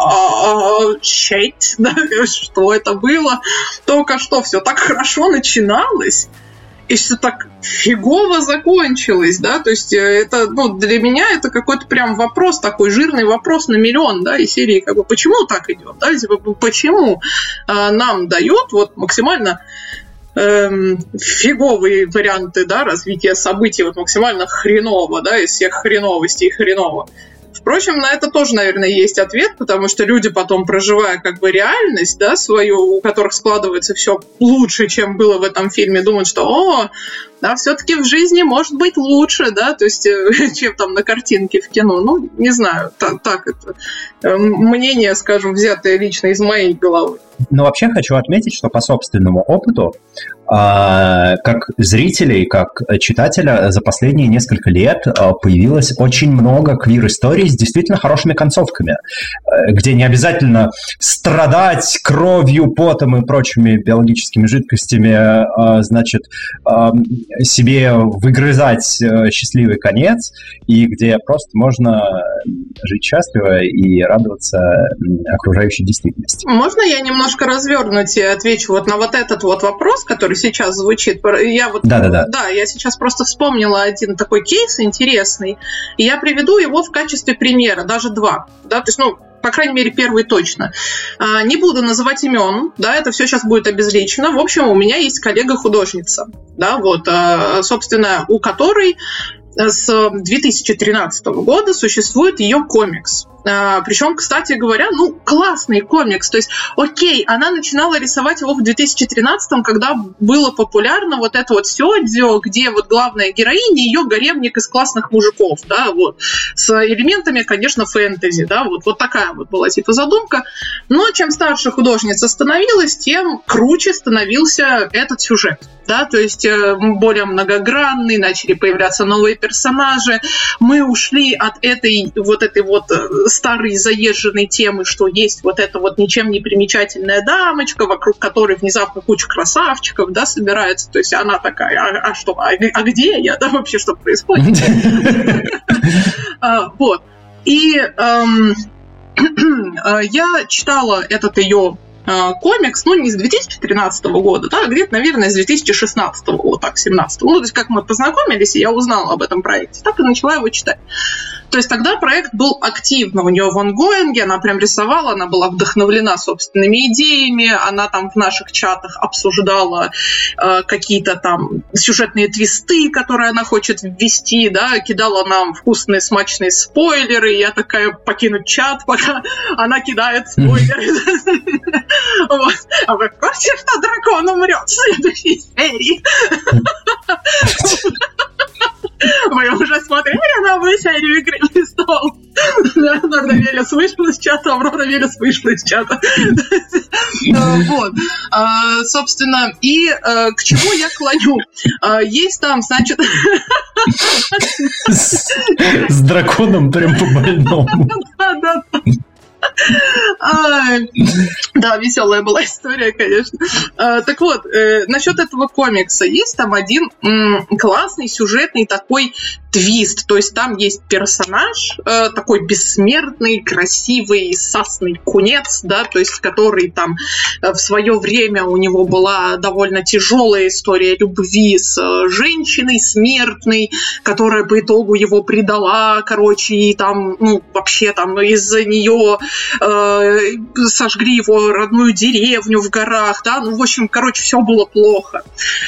чейт, да, что это было, только что все так хорошо начиналось, и все так фигово закончилось, да, то есть это, ну, для меня это какой-то прям вопрос, такой жирный вопрос на миллион, да, из серии, как бы, почему так идет, да, типа, почему а, нам дают вот максимально эм, фиговые варианты, да, развития событий, вот максимально хреново, да, из всех хреновостей хреново. Впрочем, на это тоже, наверное, есть ответ, потому что люди потом, проживая как бы реальность, да, свою, у которых складывается все лучше, чем было в этом фильме, думают, что, о, да, все-таки в жизни может быть лучше, да, то есть, чем там на картинке в кино. Ну, не знаю, так, так это мнение, скажем, взятое лично из моей головы. Но вообще хочу отметить, что по собственному опыту, как зрителя и как читателя, за последние несколько лет появилось очень много квир-историй с действительно хорошими концовками, где не обязательно страдать кровью, потом и прочими биологическими жидкостями, значит, себе выгрызать счастливый конец, и где просто можно жить счастливо и радоваться окружающей действительности. Можно я немножко развернуть и отвечу вот на вот этот вот вопрос, который сейчас звучит? Я вот, Да-да-да. Да, я сейчас просто вспомнила один такой кейс интересный, и я приведу его в качестве примера, даже два, да, то есть, ну, по крайней мере, первый точно. А, не буду называть имен, да, это все сейчас будет обезличено. В общем, у меня есть коллега-художница, да, вот, а, собственно, у которой с две тысячи тринадцатого года существует ее комикс. А, причем, кстати говоря, ну, классный комикс. То есть, окей, она начинала рисовать его в две тысячи тринадцатом, когда было популярно вот это вот сёдзё, где вот главная героиня, ее гаремник из классных мужиков, да, вот, с элементами, конечно, фэнтези, да, вот, вот такая вот была типа задумка. Но чем старше художница становилась, тем круче становился этот сюжет, да, то есть более многогранный, начали появляться новые персонажи, мы ушли от этой вот этой вот старой заезженной темы, что есть вот эта вот ничем не примечательная дамочка, вокруг которой внезапно куча красавчиков, да, собирается. То есть она такая, а, а что, а, а где я, да, вообще что происходит? Вот. И я читала этот ее комикс, ну, не с две тысячи тринадцатого года, да, а где-то, наверное, с две тысячи шестнадцатого, вот так, семнадцатого. Ну, то есть, как мы познакомились, и я узнала об этом проекте, так и начала его читать. То есть, тогда проект был активно у нее в онгоинге, она прям рисовала, она была вдохновлена собственными идеями, она там в наших чатах обсуждала э, какие-то там сюжетные твисты, которые она хочет ввести, да, кидала нам вкусные, смачные спойлеры, и я такая, покинуть чат, пока она кидает спойлеры. Вот. А вы в курсе, что дракон умрет в следующей серии? Вы уже смотрели новую серию «Игры престолов»? Аврора Велес вышла из чата, Аврора Велес вышла из чата. Вот. Собственно, и к чему я клоню? Есть там, значит... С драконом прям по-больному. Да-да-да. А, да, веселая была история, конечно. А, так вот, э, насчет этого комикса. Есть там один м, классный сюжетный такой твист. То есть там есть персонаж, э, такой бессмертный, красивый, сасный кунец, да, то есть который там э, в свое время у него была довольно тяжелая история любви с э, женщиной смертной, которая по итогу его предала, короче, и там, ну, вообще там из-за нее э, сожгли его родную деревню в горах, да, ну, в общем, короче, все было плохо.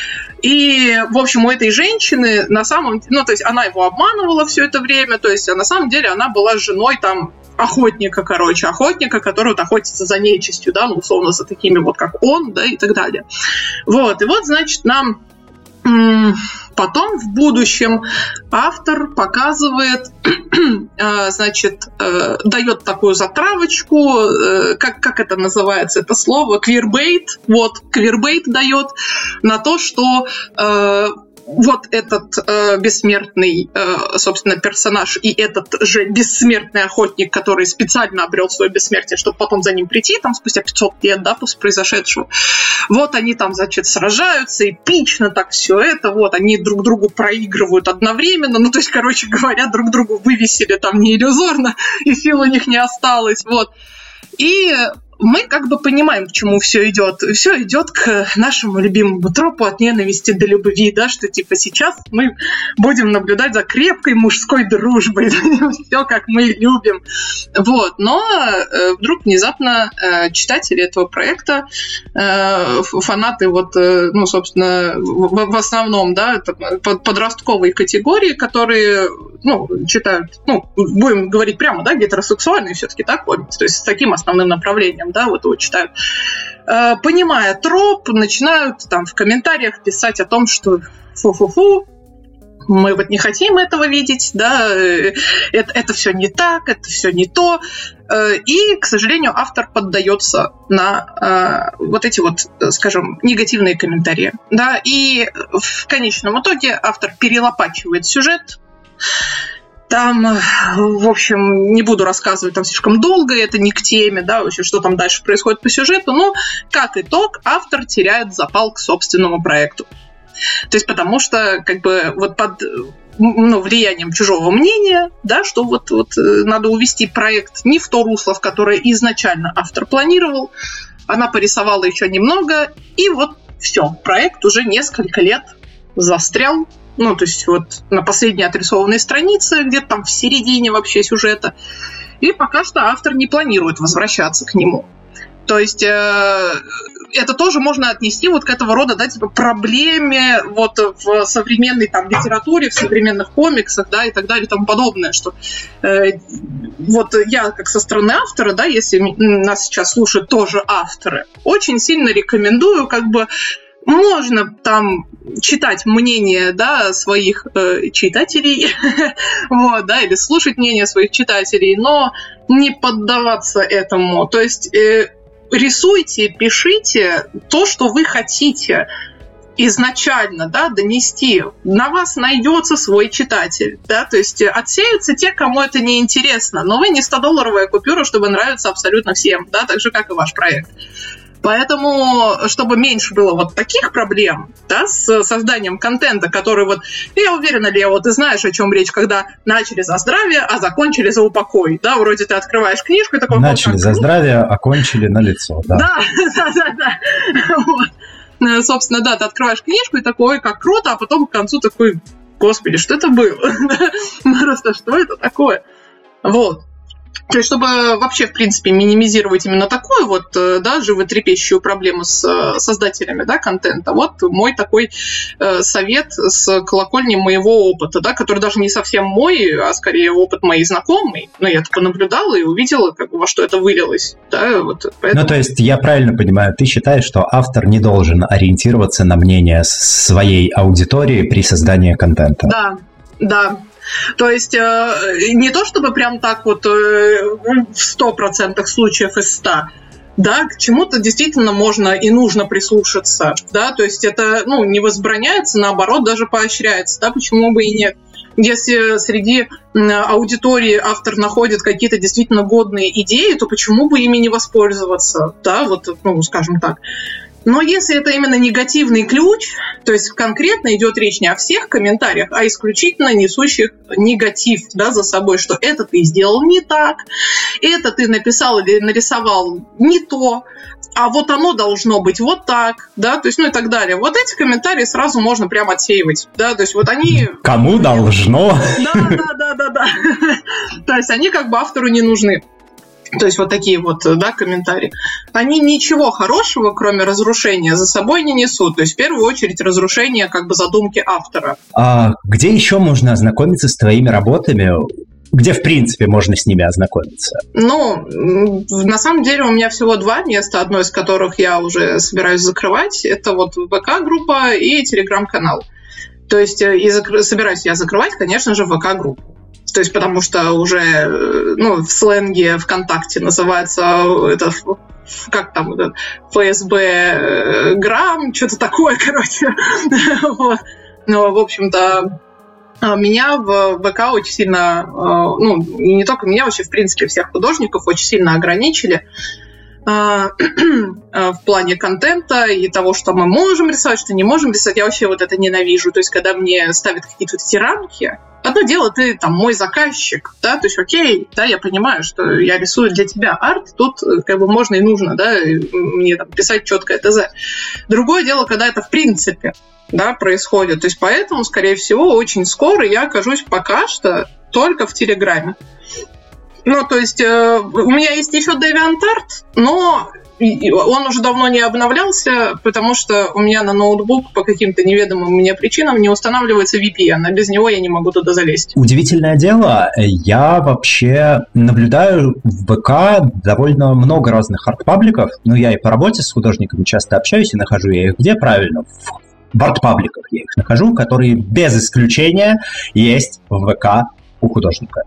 И, в общем, у этой женщины на самом деле, ну, то есть она его обманывала все это время, то есть на самом деле она была женой там охотника, короче, охотника, который вот охотится за нечистью, да, ну, условно, за такими вот, как он, да, и так далее. Вот, и вот, значит, нам м- потом в будущем автор показывает, э, значит, э, дает такую затравочку, э, как, как это называется, это слово, квирбейт, вот, квирбейт дает на то, что э, вот этот э, бессмертный, э, собственно, персонаж и этот же бессмертный охотник, который специально обрел свое бессмертие, чтобы потом за ним прийти, там, спустя пятьсот лет, да, после произошедшего. Вот они там, значит, сражаются, эпично так все это, вот, они друг другу проигрывают одновременно, ну, то есть, короче говоря, друг другу вывесили там не иллюзорно, и сил у них не осталось, вот. И мы как бы понимаем, к чему все идет. Все идет к нашему любимому тропу от ненависти до любви, да, что типа сейчас мы будем наблюдать за крепкой мужской дружбой, все как мы любим. Вот. Но э, вдруг внезапно э, читатели этого проекта, э, фанаты вот, э, ну, собственно, в, в основном, да, это подростковые категории, которые, ну, читают, ну, будем говорить прямо, да, гетеросексуальные все-таки, так, вот, то есть с таким основным направлением, да, вот его читают, э, понимая троп, начинают там в комментариях писать о том, что фу-фу-фу, мы вот не хотим этого видеть, да, э, это, это все не так, это все не то, э, и, к сожалению, автор поддается на э, вот эти вот, скажем, негативные комментарии, да, и в конечном итоге автор перелопачивает сюжет. Там, в общем, не буду рассказывать там слишком долго, это не к теме, да, вообще, что там дальше происходит по сюжету, но, как итог, автор теряет запал к собственному проекту. То есть потому что, как бы, вот под, ну, влиянием чужого мнения, да, что вот, вот надо увести проект не в то русло, в которое изначально автор планировал, она порисовала еще немного, и вот все, проект уже несколько лет застрял. Ну, то есть вот на последней отрисованной странице, где-то там в середине вообще сюжета. И пока что автор не планирует возвращаться к нему. То есть э, это тоже можно отнести вот к этого рода, да, типа проблеме вот в современной там литературе, в современных комиксах, да, и так далее и тому подобное, что э, вот я как со стороны автора, да, если нас сейчас слушают тоже авторы, очень сильно рекомендую как бы можно там читать мнение, да, своих э, читателей, вот, да, или слушать мнение своих читателей, но не поддаваться этому. То есть э, рисуйте, пишите то, что вы хотите. изначально, да, донести, на вас найдется свой читатель, да, то есть отсеются те, кому это не интересно, но вы не сто-долларовая купюра, чтобы нравиться абсолютно всем, да, так же, как и ваш проект. Поэтому, чтобы меньше было вот таких проблем, да, с созданием контента, который вот, я уверена, Лео, ты знаешь, о чем речь, когда начали за здравие, а закончили за упокой, да, вроде ты открываешь книжку и такой... Начали за здравие, окончили на лицо, да. Да, да, да, да. Вот. Собственно, да, ты открываешь книжку и такой, ой, как круто, а потом к концу такой, господи, что это было? Просто что это такое? Вот. То есть, чтобы вообще, в принципе, минимизировать именно такую вот, да, животрепещущую проблему с создателями, да, контента, вот мой такой э, совет с колокольни моего опыта, да, который даже не совсем мой, а скорее опыт моей знакомой. Но я это понаблюдала и увидела, как, во что это вылилось. Да, вот, поэтому... Ну, то есть, я правильно понимаю, ты считаешь, что автор не должен ориентироваться на мнение своей аудитории при создании контента? Да, да. То есть э, не то, чтобы прям так вот э, в сто процентов случаев из ста, да, к чему-то действительно можно и нужно прислушаться, да, то есть это, ну, не возбраняется, наоборот, даже поощряется, да, почему бы и нет. Если среди аудитории автор находит какие-то действительно годные идеи, то почему бы ими не воспользоваться, да, вот, ну, скажем так. Но если это именно негативный ключ, то есть конкретно идет речь не о всех комментариях, а исключительно несущих негатив, да, за собой, что это ты сделал не так, это ты написал или нарисовал не то, а вот оно должно быть вот так, да, то есть, ну и так далее. Вот эти комментарии сразу можно прям отсеивать, да, то есть вот они... Кому должно? Да, да, да, да, да. То есть они как бы автору не нужны. То есть вот такие вот, да, комментарии. Они ничего хорошего, кроме разрушения, за собой не несут. То есть в первую очередь разрушение как бы задумки автора. А где еще можно ознакомиться с твоими работами? Где, в принципе, можно с ними ознакомиться? Ну, на самом деле у меня всего два места, одно из которых я уже собираюсь закрывать. Это вот ВК-группа и Телеграм-канал. То есть и закр... собираюсь я закрывать, конечно же, ВК-группу. То есть потому что уже, ну, в сленге ВКонтакте называется это, как там, это, ФСБ грамм, что-то такое, короче. Вот. Ну, в общем-то, меня в ВК очень сильно, ну, не только меня, вообще, в принципе, всех художников очень сильно ограничили в плане контента и того, что мы можем рисовать, что не можем рисовать. Я вообще вот это ненавижу. То есть, когда мне ставят какие-то вот эти рамки, одно дело, ты там мой заказчик, да, то есть, окей, да, я понимаю, что я рисую для тебя арт, тут как бы можно и нужно, да, мне там писать четкое ТЗ. Другое дело, когда это в принципе, да, происходит. То есть, поэтому, скорее всего, очень скоро я окажусь пока что только в Телеграме. Ну, то есть, э, у меня есть еще DeviantArt, но он уже давно не обновлялся, потому что у меня на ноутбук по каким-то неведомым мне причинам не устанавливается ви пи эн, а без него я не могу туда залезть. Удивительное дело, я вообще наблюдаю в ВК довольно много разных арт-пабликов, но я и по работе с художниками часто общаюсь и нахожу я их где правильно? В арт-пабликах я их нахожу, которые без исключения есть в ВК у художника,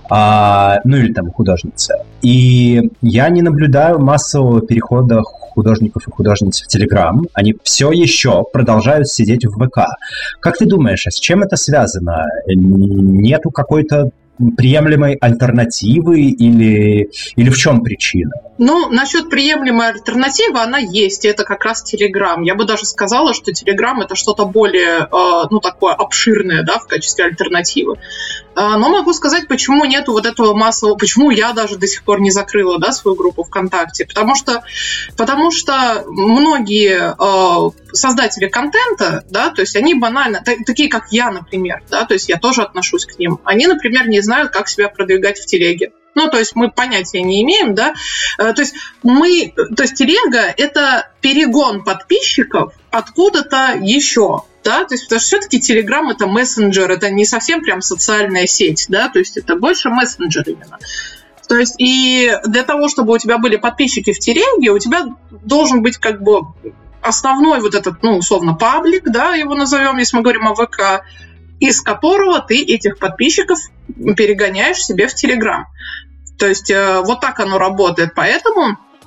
а, ну или там у художницы. И я не наблюдаю массового перехода художников и художниц в Телеграм. Они все еще продолжают сидеть в ВК. Как ты думаешь, а с чем это связано? Нету какой-то приемлемой альтернативы или, или в чем причина? Ну, насчет приемлемой альтернативы, она есть, и это как раз Telegram. Я бы даже сказала, что Telegram — это что-то более, э, ну, такое обширное, да, в качестве альтернативы. Э, но могу сказать, почему нету вот этого массового, почему я даже до сих пор не закрыла, да, свою группу ВКонтакте. Потому что, потому что многие э, создатели контента, да, то есть они банально, т- такие как я, например, да, то есть я тоже отношусь к ним, они, например, не знают, как себя продвигать в телеге. Ну, то есть мы понятия не имеем, да, то есть мы, то есть телега — это перегон подписчиков откуда-то еще, да, то есть потому что все-таки Telegram — это мессенджер, это не совсем прям социальная сеть, да, то есть это больше мессенджер именно. То есть и для того, чтобы у тебя были подписчики в телеге, у тебя должен быть как бы основной вот этот, ну, условно, паблик, да, его назовем, если мы говорим о ВК, из которого ты этих подписчиков перегоняешь себе в Телеграм. То есть э, вот так оно работает. Поэтому, э,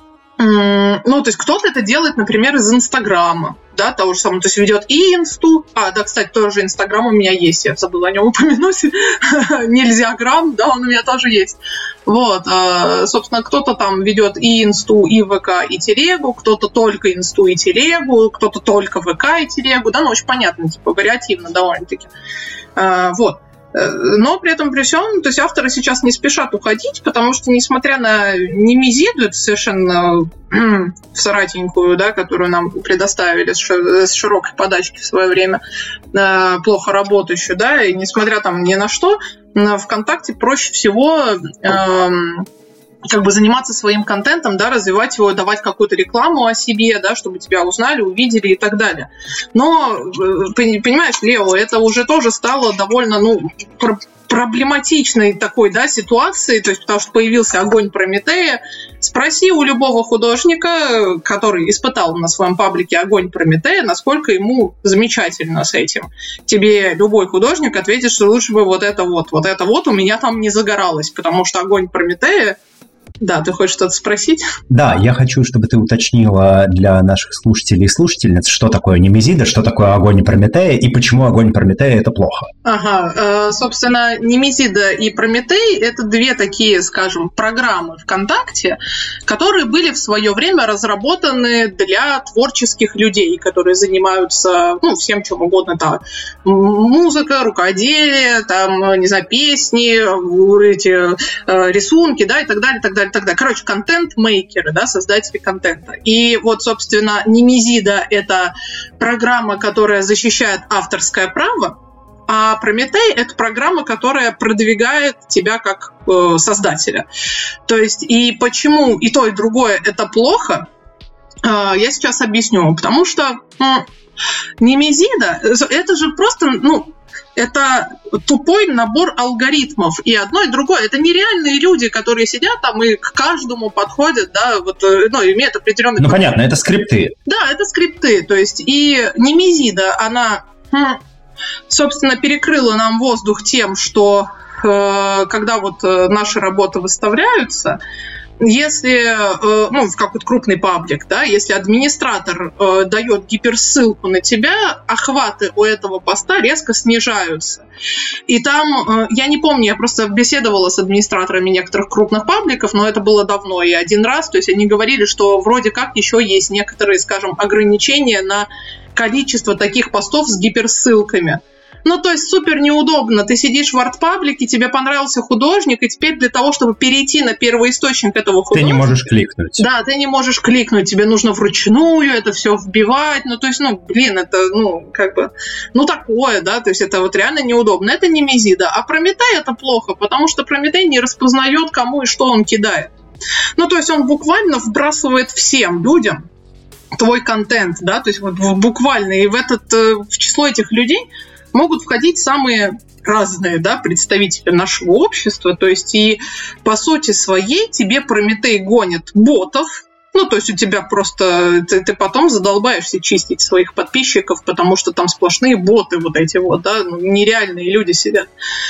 Ну, то есть кто-то это делает, например, из Инстаграма, да, того же самого, то есть ведет и Инсту, а, да, кстати, тоже Инстаграм у меня есть, я забыла о нем упомянуть, нельзя грамм, да, он у меня тоже есть. Вот, собственно, кто-то там ведет и Инсту, и ВК, и Телегу, кто-то только Инсту и Телегу, кто-то только ВК и Телегу, да, ну, очень понятно, типа, вариативно довольно-таки. Вот. Но при этом при всем, то есть авторы сейчас не спешат уходить, потому что, несмотря на немезиду, это совершенно всратенькую, да, которую нам предоставили с широкой подачки в свое время, плохо работающую, да, и несмотря там ни на что, ВКонтакте проще всего эм, как бы заниматься своим контентом, да, развивать его, давать какую-то рекламу о себе, да, чтобы тебя узнали, увидели и так далее. Но, понимаешь, Лео, это уже тоже стало довольно, ну, пр- проблематичной такой, да, ситуацией, то есть потому что появился огонь Прометея. Спроси у любого художника, который испытал на своем паблике огонь Прометея, насколько ему замечательно с этим. Тебе любой художник ответит, что лучше бы вот это вот, вот это вот у меня там не загоралось, потому что огонь Прометея. Да, ты хочешь что-то спросить? Да, я хочу, чтобы ты уточнила для наших слушателей и слушательниц, что такое Немезида, что такое огонь Прометея и почему огонь Прометея – это плохо. Ага, э, собственно, Немезида и Прометей – это две такие, скажем, программы ВКонтакте, которые были в свое время разработаны для творческих людей, которые занимаются, ну, всем чем угодно, там, музыка, рукоделие, там, не знаю, песни, эти э, рисунки, да, и так далее, так далее. Тогда, короче, контент-мейкеры, да, создатели контента. И вот, собственно, Немезида – это программа, которая защищает авторское право, а Прометей – это программа, которая продвигает тебя как э, создателя. То есть, и почему и то, и другое – это плохо, э, я сейчас объясню. Потому что э, Немезида – это же просто, ну, это тупой набор алгоритмов. И одно, и другое. Это нереальные люди, которые сидят там и к каждому подходят, да, вот, ну, имеют определенный... Ну, понятно, это скрипты. Да, это скрипты. То есть и Немезида, она, собственно, перекрыла нам воздух тем, что э, когда вот наши работы выставляются, если, ну, в какой-то крупный паблик, да, если администратор э, дает гиперссылку на тебя, охваты у этого поста резко снижаются. И там, э, я не помню, я просто беседовала с администраторами некоторых крупных пабликов, но это было давно и один раз, то есть они говорили, что вроде как еще есть некоторые, скажем, ограничения на количество таких постов с гиперссылками. Ну, то есть супер неудобно. Ты сидишь в арт-паблике, тебе понравился художник, и теперь для того, чтобы перейти на первоисточник этого художника... Ты не можешь кликнуть. Да, ты не можешь кликнуть, тебе нужно вручную это все вбивать. Ну, то есть, ну, блин, это, ну, как бы, ну, такое, да, то есть это вот реально неудобно. Это Немезида. А Прометей это плохо, потому что Прометей не распознает, кому и что он кидает. Ну, то есть он буквально вбрасывает всем людям твой контент, да, то есть вот буквально. И в, этот, в число этих людей могут входить самые разные, да, представители нашего общества. То есть и по сути своей тебе Прометей гонит ботов. Ну, то есть у тебя просто... Ты, ты потом задолбаешься чистить своих подписчиков, потому что там сплошные боты вот эти вот, да, ну, нереальные люди сидят.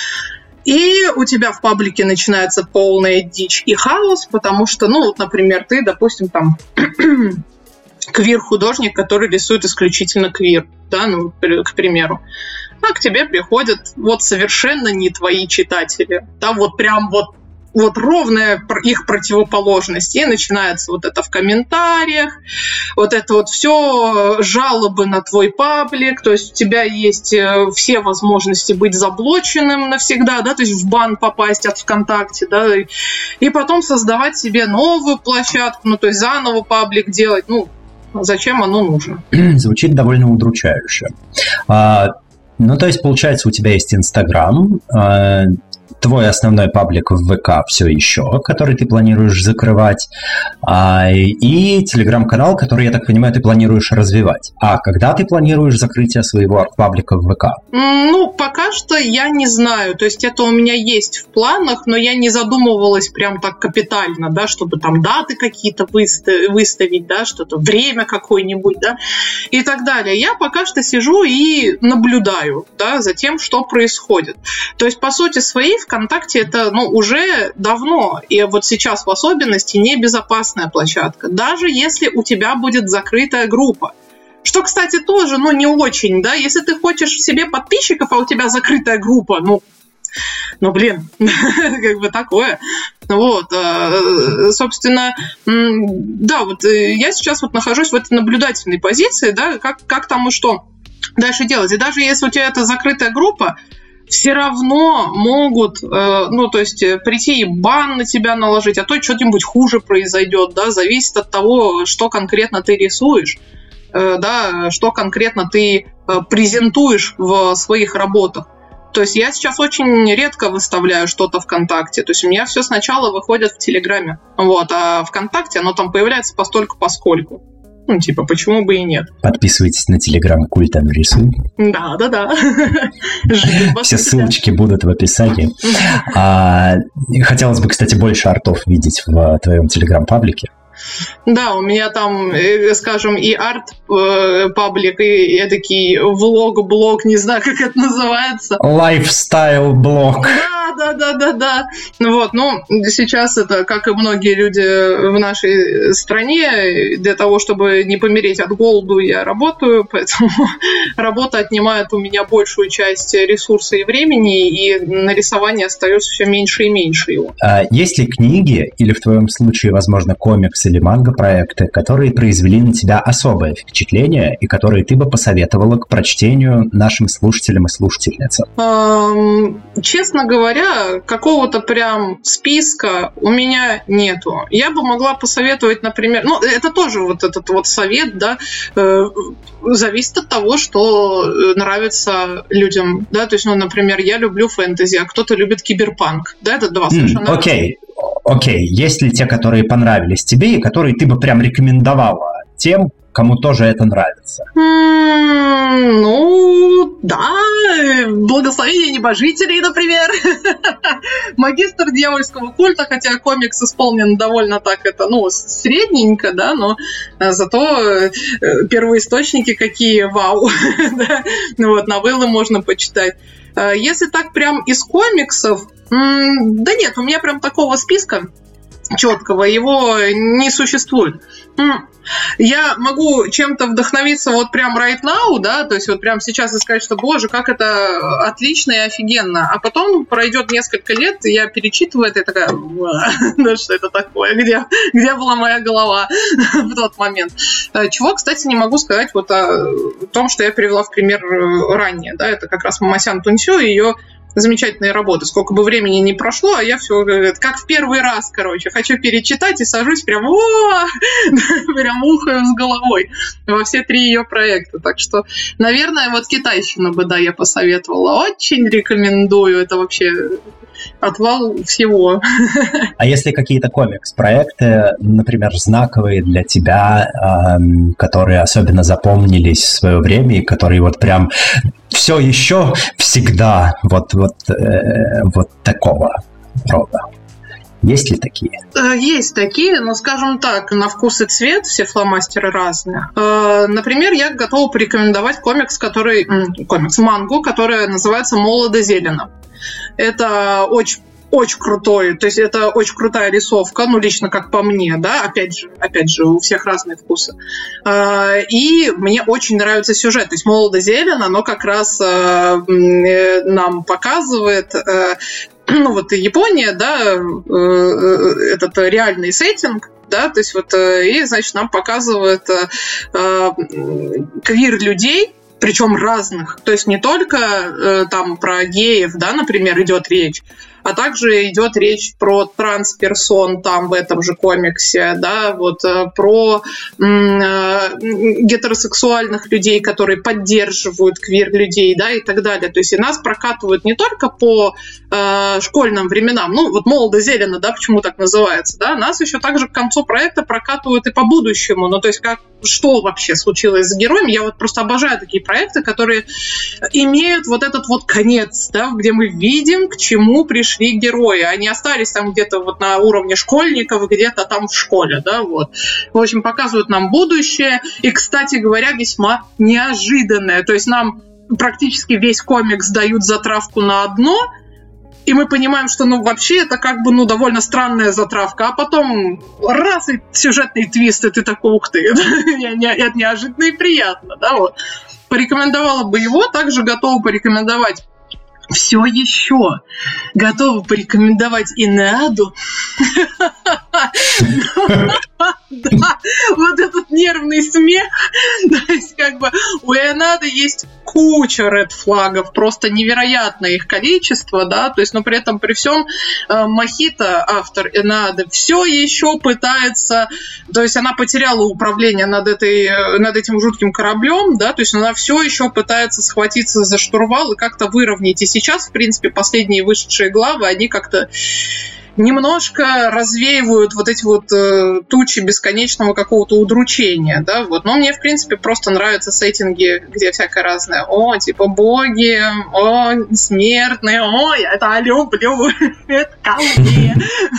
И у тебя в паблике начинается полная дичь и хаос, потому что, ну, вот, например, ты, допустим, там... квир-художник, который рисует исключительно квир, да, ну, к примеру. А к тебе приходят вот совершенно не твои читатели, да, вот прям вот, вот ровная их противоположность. И начинается вот это в комментариях, вот это вот все жалобы на твой паблик, то есть у тебя есть все возможности быть заблоченным навсегда, да, то есть в бан попасть от ВКонтакте, да, и, и потом создавать себе новую площадку, ну, то есть заново паблик делать, ну, зачем оно нужно? Звучит довольно удручающе. А, ну, то есть, получается, у тебя есть Инстаграм, а, твой основной паблик в ВК все еще, который ты планируешь закрывать, а, и Телеграм-канал, который, я так понимаю, ты планируешь развивать. А когда ты планируешь закрытие своего паблика в ВК? Ну, пока что я не знаю. То есть это у меня есть в планах, но я не задумывалась прям так капитально, да, чтобы там даты какие-то выставить, да, что-то, время какое-нибудь, да, и так далее. Я пока что сижу и наблюдаю, да, за тем, что происходит. То есть, по сути своей, людей ВКонтакте это, ну, уже давно, и вот сейчас в особенности небезопасная площадка, даже если у тебя будет закрытая группа. Что, кстати, тоже, ну, не очень, да, если ты хочешь себе подписчиков, а у тебя закрытая группа, ну, ну, блин, как бы такое. Вот, собственно, да, вот я сейчас вот нахожусь в этой наблюдательной позиции, да, как, как там и что дальше делать. И даже если у тебя это закрытая группа, все равно могут, ну, то есть прийти и бан на тебя наложить, а то что-нибудь хуже произойдет, да, зависит от того, что конкретно ты рисуешь, да, что конкретно ты презентуешь в своих работах. То есть я сейчас очень редко выставляю что-то ВКонтакте. То есть у меня все сначала выходит в Телеграме. Вот, а ВКонтакте оно там появляется постольку-поскольку. Ну, типа, почему бы и нет. Подписывайтесь на Телеграм-культ Анрисуй. Да, да, да. Все ссылочки будут в описании. Хотелось бы, кстати, больше артов видеть в твоем Телеграм-паблике. Да, у меня там, скажем, и арт-паблик, и эдакий влог-блог, не знаю, как это называется. Лайфстайл-блог. Да, да, да, да, да. Вот, ну, сейчас это, как и многие люди в нашей стране, для того, чтобы не помереть от голоду, я работаю, поэтому работа отнимает у меня большую часть ресурса и времени, и на рисование остается все меньше и меньше его. А есть ли книги, или в твоем случае, возможно, комиксы или манго-проекты, которые произвели на тебя особое впечатление и которые ты бы посоветовала к прочтению нашим слушателям и слушательницам? Эм, честно говоря, какого-то прям списка у меня нету. Я бы могла посоветовать, например, ну, это тоже вот этот вот совет, да, э, зависит от того, что нравится людям, да, то есть, ну, например, я люблю фэнтези, а кто-то любит киберпанк, да, это два совершенно mm, Окей, окей, есть ли те, которые понравились тебе и которые ты бы прям рекомендовала тем, кому тоже это нравится? Mm, ну, да, «Благословение небожителей», например. «Магистр дьявольского культа», хотя комикс исполнен довольно так, это, ну, средненько, да, но зато первоисточники какие, вау. Да? Вот, новеллы можно почитать. Если так прям из комиксов, да нет, у меня прям такого списка четкого, его не существует. Я могу чем-то вдохновиться вот прям right now, да, то есть вот прям сейчас и сказать, что, боже, как это отлично и офигенно, а потом пройдет несколько лет, и я перечитываю это и такая, ну что это такое, где, где была моя голова в тот момент. Чего, кстати, не могу сказать вот о том, что я привела в пример ранее, да, это как раз Мамасян Тунсю и ее замечательные работы. Сколько бы времени не прошло, а я все как в первый раз, короче. Хочу перечитать и сажусь прям, о, прям ухаю с головой во все три ее проекта. Так что, наверное, вот китайщину бы, да, я посоветовала. Очень рекомендую. Это вообще отвал всего. А если какие-то комикс-проекты, например, знаковые для тебя, эм, которые особенно запомнились в свое время и которые вот прям все еще всегда вот, вот, э, вот такого рода? Есть ли такие? Есть такие, но, скажем так, на вкус и цвет все фломастеры разные. Например, я готова порекомендовать комикс, который, комикс, мангу, которая называется «Молодо-зелено». Это очень очень крутой, то есть это очень крутая рисовка, ну, лично как по мне, да, опять же, опять же, у всех разные вкусы. И мне очень нравится сюжет, то есть «Молодо-зелено», оно как раз нам показывает, ну, вот Япония, да, этот реальный сеттинг, да, то есть вот, и, значит, нам показывает квир-людей, причем разных, то есть не только э, там про геев, да, например, идет речь, а также идет речь про трансперсон там в этом же комиксе, да, вот э, про э, гетеросексуальных людей, которые поддерживают квир-людей, да, и так далее. То есть и нас прокатывают не только по э, школьным временам, ну, вот «Молодо-зелено», да, почему так называется, да, нас еще также к концу проекта прокатывают и по будущему, ну, то есть как, что вообще случилось с героями. Я вот просто обожаю такие проекты, которые имеют вот этот вот конец, да, где мы видим, к чему пришли герои. Они остались там где-то вот на уровне школьников, где-то там в школе, да, вот. В общем, показывают нам будущее, и, кстати говоря, весьма неожиданное. То есть нам практически весь комикс дают затравку на одно, и мы понимаем, что, ну, вообще это как бы, ну, довольно странная затравка, а потом раз, и сюжетный твист, и ты такой, ух ты, это неожиданно и приятно, да, вот. Порекомендовала бы его, также готова порекомендовать все еще. Готова порекомендовать Инеаду. Да, вот этот нервный смех. То есть, как бы, у Инеады есть куча ред-флагов, просто невероятное их количество, да, то есть, но при этом, при всем, Мохито, автор Инеады, все еще пытается, то есть она потеряла управление над, этой, над этим жутким кораблем, да, то есть она все еще пытается схватиться за штурвал и как-то выровнять. И сейчас, в принципе, последние вышедшие главы, они как-то немножко развеивают вот эти вот э, тучи бесконечного какого-то удручения, да, вот. Но мне, в принципе, просто нравятся сеттинги, где всякое разное. О, типа боги, о, смертные, о, я это люблю, это ко мне.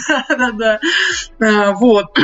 Да-да-да. Вот.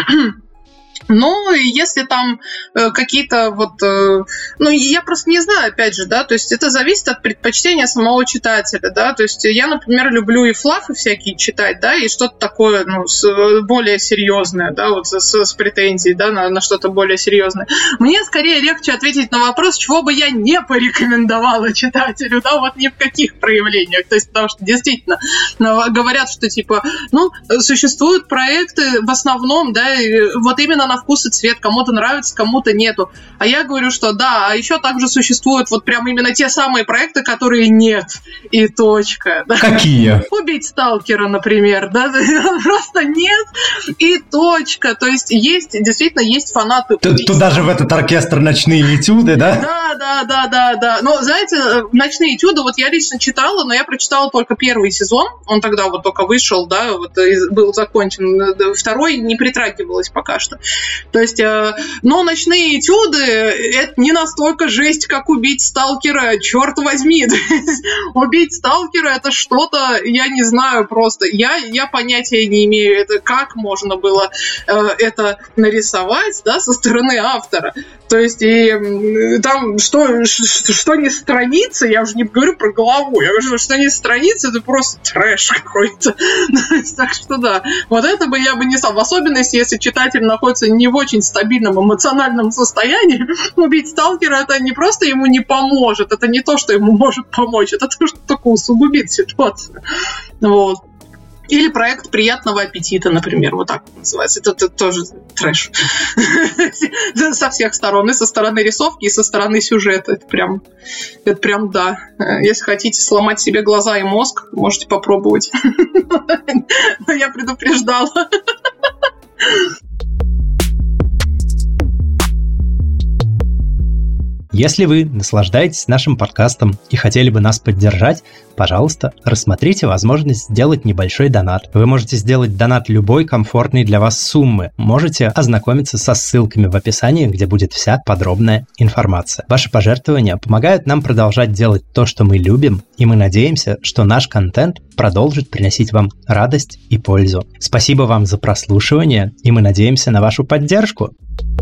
Ну, если там э, какие-то вот... Э, ну, я просто не знаю, опять же, да, то есть это зависит от предпочтения самого читателя, да, то есть я, например, люблю и флафы всякие читать, да, и что-то такое, ну, с, более серьезное, да, вот с, с претензией, да, на, на что-то более серьезное. Мне скорее легче ответить на вопрос, чего бы я не порекомендовала читателю, да, вот ни в каких проявлениях, то есть потому что действительно говорят, что типа, ну, существуют проекты в основном, да, вот именно на вкус и цвет, кому-то нравится, кому-то нету. А я говорю, что да, а еще также существуют вот прям именно те самые проекты, которые нет, и точка. Да. Какие? Убить сталкера, например, да, просто нет, и точка. То есть есть, действительно, есть фанаты. Тут, тут даже в этот оркестр «Ночные этюды», да? Да, да, да, да, да. Но, знаете, «Ночные этюды» вот я лично читала, но я прочитала только первый сезон, он тогда вот только вышел, да, вот был закончен. Второй не притрагивалась пока что. То есть, э, но «Ночные этюды» — это не настолько жесть, как убить сталкера, черт возьми. Убить сталкера — это что-то, я не знаю просто. Я, я понятия не имею, это как можно было э, это нарисовать, да, со стороны автора. То есть, и э, там что, что, что не страница, я уже не говорю про главу, я говорю, что не страница, это просто трэш какой-то. Так что да, вот это бы я бы не стал. В особенности, если читатель находится не в очень стабильном эмоциональном состоянии, убить сталкера — это не просто ему не поможет, это не то, что ему может помочь, это то, что только усугубит ситуацию. Вот. Или проект приятного аппетита, например, вот так называется. Это, это тоже трэш. Со всех сторон. И со стороны рисовки, и со стороны сюжета. Это прям, это прям да. Если хотите сломать себе глаза и мозг, можете попробовать. Но я предупреждала. Если вы наслаждаетесь нашим подкастом и хотели бы нас поддержать, пожалуйста, рассмотрите возможность сделать небольшой донат. Вы можете сделать донат любой комфортной для вас суммы. Можете ознакомиться со ссылками в описании, где будет вся подробная информация. Ваши пожертвования помогают нам продолжать делать то, что мы любим, и мы надеемся, что наш контент продолжит приносить вам радость и пользу. Спасибо вам за прослушивание, и мы надеемся на вашу поддержку.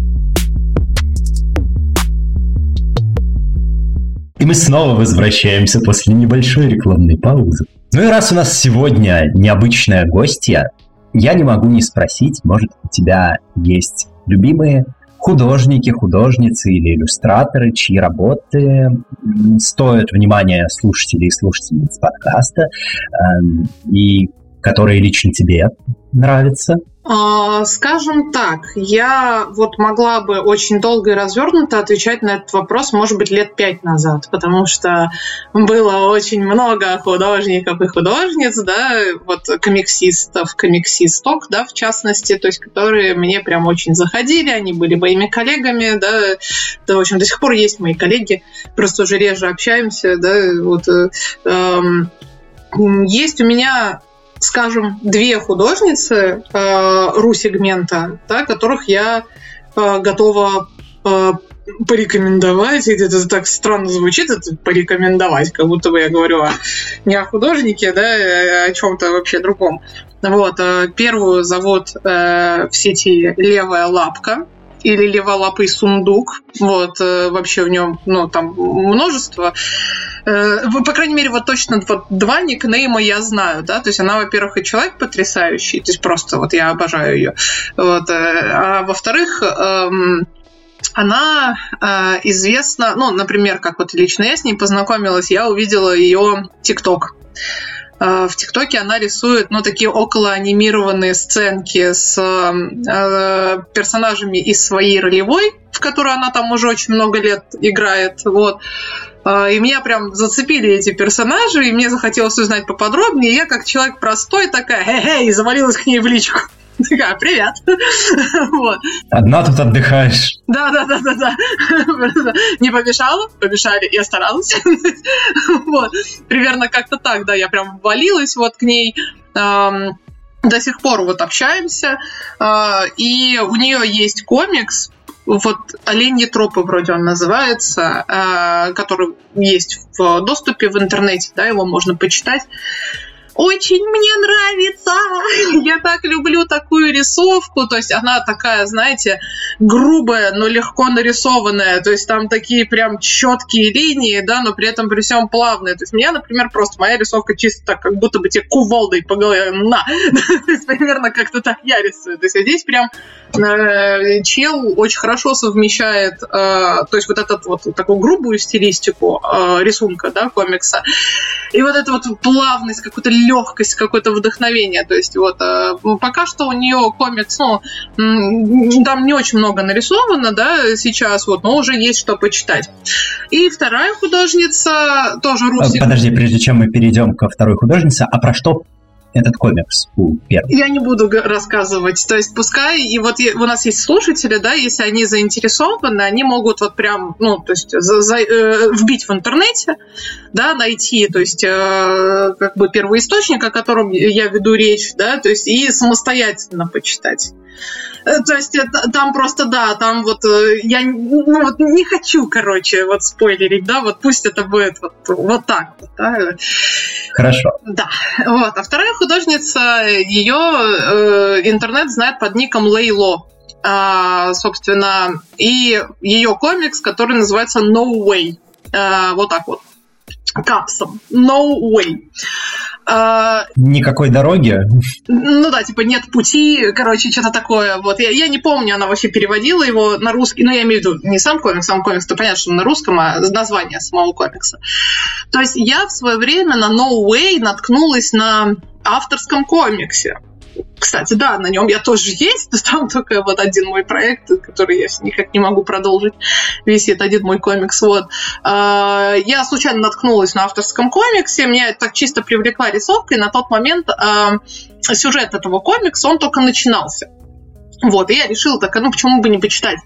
И мы снова возвращаемся после небольшой рекламной паузы. Ну и раз у нас сегодня необычная гостья, я не могу не спросить, может, у тебя есть любимые художники, художницы или иллюстраторы, чьи работы стоят внимания слушателей и слушательниц подкаста, э, и которые лично тебе нравятся? Скажем так, я вот могла бы очень долго и развернуто отвечать на этот вопрос, может быть, лет пять назад, потому что было очень много художников и художниц, да, вот комиксистов, комиксисток, да, в частности, то есть, которые мне прям очень заходили, они были моими коллегами, да, да, в общем, до сих пор есть мои коллеги, просто уже реже общаемся, да, вот, эм, есть у меня, скажем, две художницы э, ру-сегмента, да, которых я э, готова э, порекомендовать. Это так странно звучит, это порекомендовать, как будто бы я говорю о, не о художнике, да, а о чем-то вообще другом. Вот, э, первую зовут э, в сети «Левая лапка» или «Леволапый сундук». Вот, э, вообще в нем, ну, там множество По крайней мере, вот точно вот два никнейма я знаю, да, то есть она, во-первых, и человек потрясающий, то есть просто вот я обожаю ее, вот, а во-вторых, она известна, ну, например, как вот лично я с ней познакомилась, я увидела ее ТикТок. В ТикТоке она рисует, ну, такие около анимированные сценки с э, персонажами из своей ролевой, в которой она там уже очень много лет играет, вот. И меня прям зацепили эти персонажи, и мне захотелось узнать поподробнее. И я, как человек простой, такая, хе-хе, и завалилась к ней в личку. Такая, привет. Вот. Одна тут отдыхаешь. Да-да-да-да-да. Не помешала? Помешали. Я старалась. Вот. Примерно как-то так, да, я прям ввалилась вот к ней. До сих пор вот общаемся. И у нее есть комикс, вот «Оленьи тропы» вроде он называется, который есть в доступе в интернете, да, его можно почитать. Очень мне нравится! Я так люблю такую рисовку. То есть она такая, знаете, грубая, но легко нарисованная. То есть там такие прям четкие линии, да, но при этом при всем плавные. То есть меня, например, просто моя рисовка чисто так, как будто бы тебе кувалдой по голове на. То есть примерно как-то так я рисую. То есть здесь прям э, чел очень хорошо совмещает, э, то есть вот эту вот такую грубую стилистику э, рисунка, да, комикса, и вот эту вот плавность, какую-то легкость, какое-то вдохновение. То есть вот э, пока что у нее комикс, ну, м- там не очень много нарисовано, да, сейчас, вот, но уже есть что почитать. И вторая художница, тоже русская. Подожди, прежде чем мы перейдем ко второй художнице, а про что этот комикс у первого? Я не буду рассказывать. То есть пускай, и вот у нас есть слушатели, да, если они заинтересованы, они могут вот прям, ну, то есть за, за, э, вбить в интернете, да, найти, то есть э, как бы первоисточник, о котором я веду речь, да, то есть и самостоятельно почитать. То есть там просто, да, там вот я ну, вот не хочу, короче, вот спойлерить, да, вот пусть это будет вот, вот так вот, да. Хорошо. Да, вот. А вторая художница, ее э, интернет знает под ником Лейло, а, собственно, и ее комикс, который называется No Way, а, вот так вот, капсом, No Way. Uh, Никакой дороги? Ну да, типа нет пути, короче, что-то такое. Вот. Я, я не помню, она вообще переводила его на русский, ну я имею в виду не сам комикс, сам комикс, то понятно, что на русском, а название самого комикса. То есть я в свое время на No Way наткнулась на авторском комиксе. Кстати, да, на нем я тоже есть, но там только вот один мой проект, который я никак не могу продолжить, висит один мой комикс. Вот. Я случайно наткнулась на авторском комиксе, меня так чисто привлекла рисовка, и на тот момент сюжет этого комикса, он только начинался. Вот, и я решила так, ну почему бы не почитать?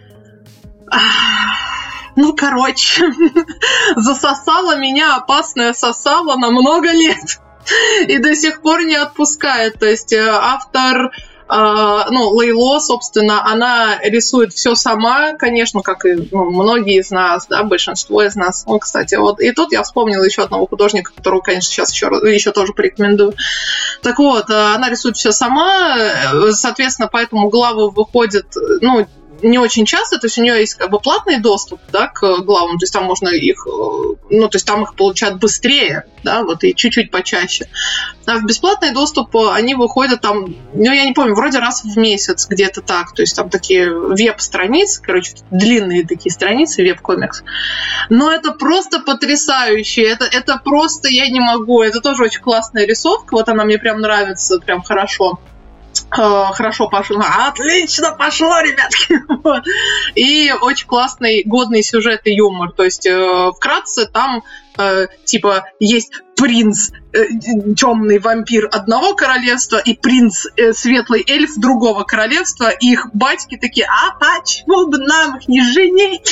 Ну, короче, засосала меня опасная сосала на много лет. И до сих пор не отпускает. То есть автор, э, ну, Лейло, собственно, она рисует все сама, конечно, как и ну, многие из нас, да, большинство из нас. Ну, кстати, вот. И тут я вспомнила еще одного художника, которого, конечно, сейчас еще, еще тоже порекомендую. Так вот, она рисует все сама, соответственно, поэтому главы выходят, ну, не очень часто, то есть у нее есть как бы платный доступ, да, к главам, то есть там можно их, ну, то есть там их получают быстрее, да, вот, и чуть-чуть почаще. А в бесплатный доступ они выходят там, ну, я не помню, вроде раз в месяц, где-то так, то есть там такие веб-страницы, короче, длинные такие страницы, веб-комикс. Но это просто потрясающе, это, это просто я не могу, это тоже очень классная рисовка, вот она мне прям нравится, прям хорошо. Хорошо пошло. Отлично пошло, ребятки. Вот. И очень классный, годный сюжет и юмор. То есть, э, вкратце, там э, типа есть принц э, темный вампир одного королевства и принц э, светлый эльф другого королевства. И их батьки такие: а почему бы нам их не женить?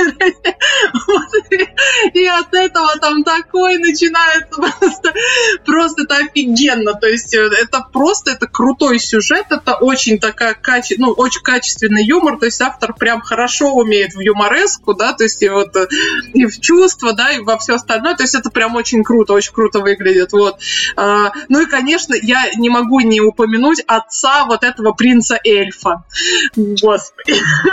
И от этого там такой начинается просто, просто это офигенно. То есть это просто, это крутой сюжет, это очень такая каче... ну, очень качественный юмор. То есть автор прям хорошо умеет в юмореску, да, то есть и вот и в чувства, да, и во все остальное. То есть это прям очень круто, очень очень круто выглядит, вот. А, ну и, конечно, я не могу не упомянуть отца вот этого принца-эльфа. Господи.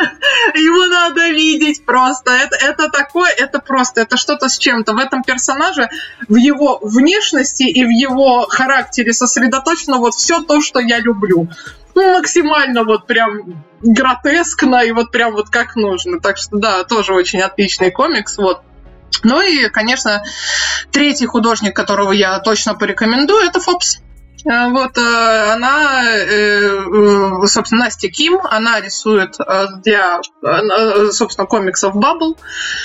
Его надо видеть просто. Это, это такое, это просто, это что-то с чем-то. В этом персонаже, в его внешности и в его характере сосредоточено вот все то, что я люблю. Ну, максимально вот прям гротескно и вот прям вот как нужно. Так что, да, тоже очень отличный комикс, вот. Ну и, конечно, третий художник, которого я точно порекомендую, это Фопс. Вот она, собственно, Настя Ким, она рисует для, собственно, комиксов Bubble,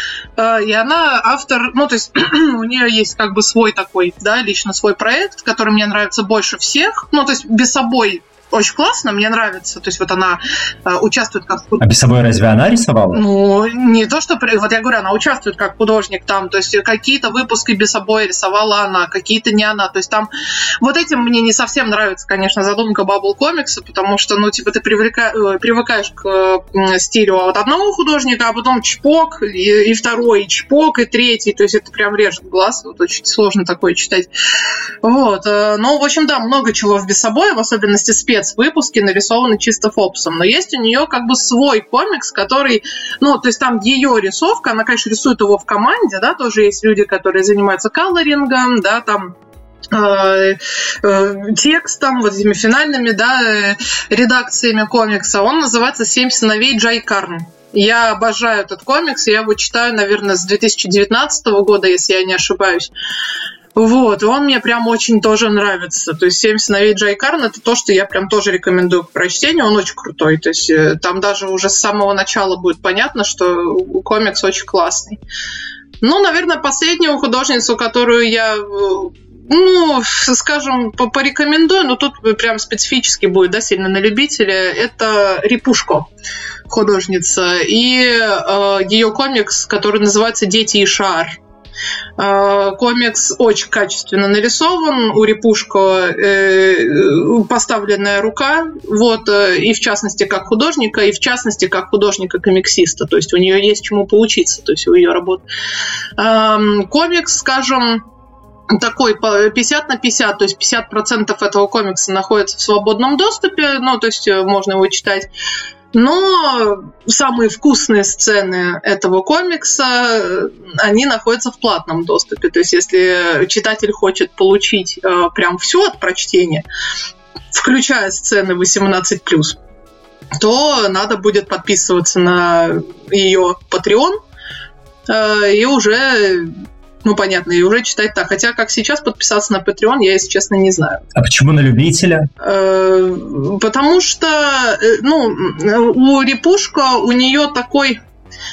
и она автор, ну, то есть у нее есть как бы свой такой, да, лично свой проект, который мне нравится больше всех, ну, то есть без собой очень классно, мне нравится. То есть вот она э, участвует как художник. А без собой разве она рисовала? Ну, не то, что... Вот я говорю, она участвует как художник там. То есть какие-то выпуски без собой рисовала она, какие-то не она. То есть там... Вот этим мне не совсем нравится, конечно, задумка Bubble комикса, потому что, ну, типа, ты привлека... привыкаешь к э, стилю от одного художника, а потом чпок, и, и второй, и чпок, и третий. То есть это прям режет глаз. Вот очень сложно такое читать. Вот. Ну, в общем, да, много чего в без собой, в особенности спец выпуски нарисованы чисто Фопсом, но есть у нее как бы свой комикс, который, ну, то есть там ее рисовка, она, конечно, рисует его в команде, да, тоже есть люди, которые занимаются колорингом, да, там э, э, текстом, вот этими финальными, да, э, редакциями комикса. Он называется «Семь сыновей Джай Карн». Я обожаю этот комикс, я его читаю, наверное, с две тысячи девятнадцатого года, если я не ошибаюсь. Вот, он мне прям очень тоже нравится. То есть «Семь сыновей Джай Карн» — это то, что я прям тоже рекомендую к прочтению. Он очень крутой. То есть там даже уже с самого начала будет понятно, что комикс очень классный. Ну, наверное, последнюю художницу, которую я, ну, скажем, порекомендую, но тут прям специфически будет, да, сильно на любителя, это Рипушко, художница. И э, ее комикс, который называется «Дети Ишаар». Комикс очень качественно нарисован, у Рипушко э, поставленная рука, вот, и в частности как художника, и в частности как художника-комиксиста, то есть у нее есть чему поучиться, то есть у ее работ. Э, комикс, скажем, такой пятьдесят на пятьдесят, то есть пятьдесят процентов этого комикса находится в свободном доступе, ну, то есть можно его читать. Но самые вкусные сцены этого комикса, они находятся в платном доступе. То есть если читатель хочет получить э, прям все от прочтения, включая сцены восемнадцать плюс, то надо будет подписываться на ее Patreon э, и уже... Ну, понятно, и уже читать так. Хотя, как сейчас подписаться на Patreon, я, если честно, не знаю. А почему на любителя? Потому что, ну, у Рипушко, у нее такой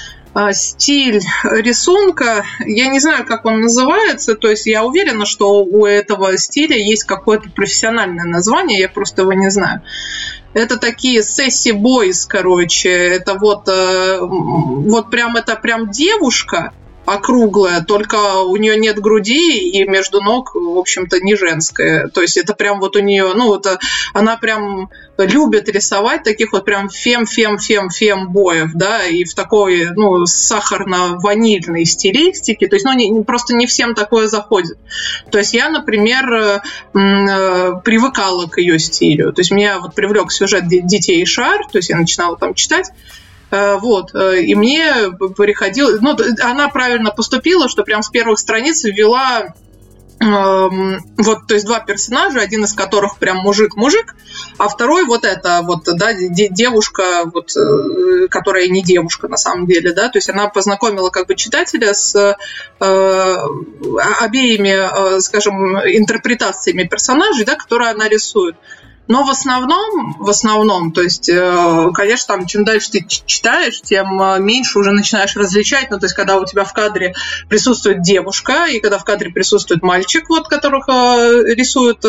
стиль рисунка, я не знаю, как он называется, то есть я уверена, что у этого стиля есть какое-то профессиональное название, я просто его не знаю. Это такие сесси бойс, короче, это вот, вот прям, это прям девушка, округлая, только у нее нет груди и между ног, в общем-то, не женская. То есть это прям вот у нее, ну вот она прям любит рисовать таких вот прям фем-фем-фем-фем боев, да, и в такой, ну, сахарно-ванильной стилистике. То есть, ну, не, просто не всем такое заходит. То есть я, например, привыкала к ее стилю. То есть меня вот привлек сюжет «Детей Ишаар», то есть я начинала там читать. Вот, и мне приходилось... Ну, она правильно поступила, что прям с первых страниц ввела... Эм, вот, то есть два персонажа, один из которых прям мужик-мужик, а второй вот это вот, да, девушка, вот, э, которая не девушка на самом деле, да, то есть она познакомила как бы читателя с э, обеими, э, скажем, интерпретациями персонажей, да, которые она рисует. Но в основном, в основном, то есть, конечно, там, чем дальше ты читаешь, тем меньше уже начинаешь различать. Ну, то есть, когда у тебя в кадре присутствует девушка, и когда в кадре присутствует мальчик, вот, которых рисует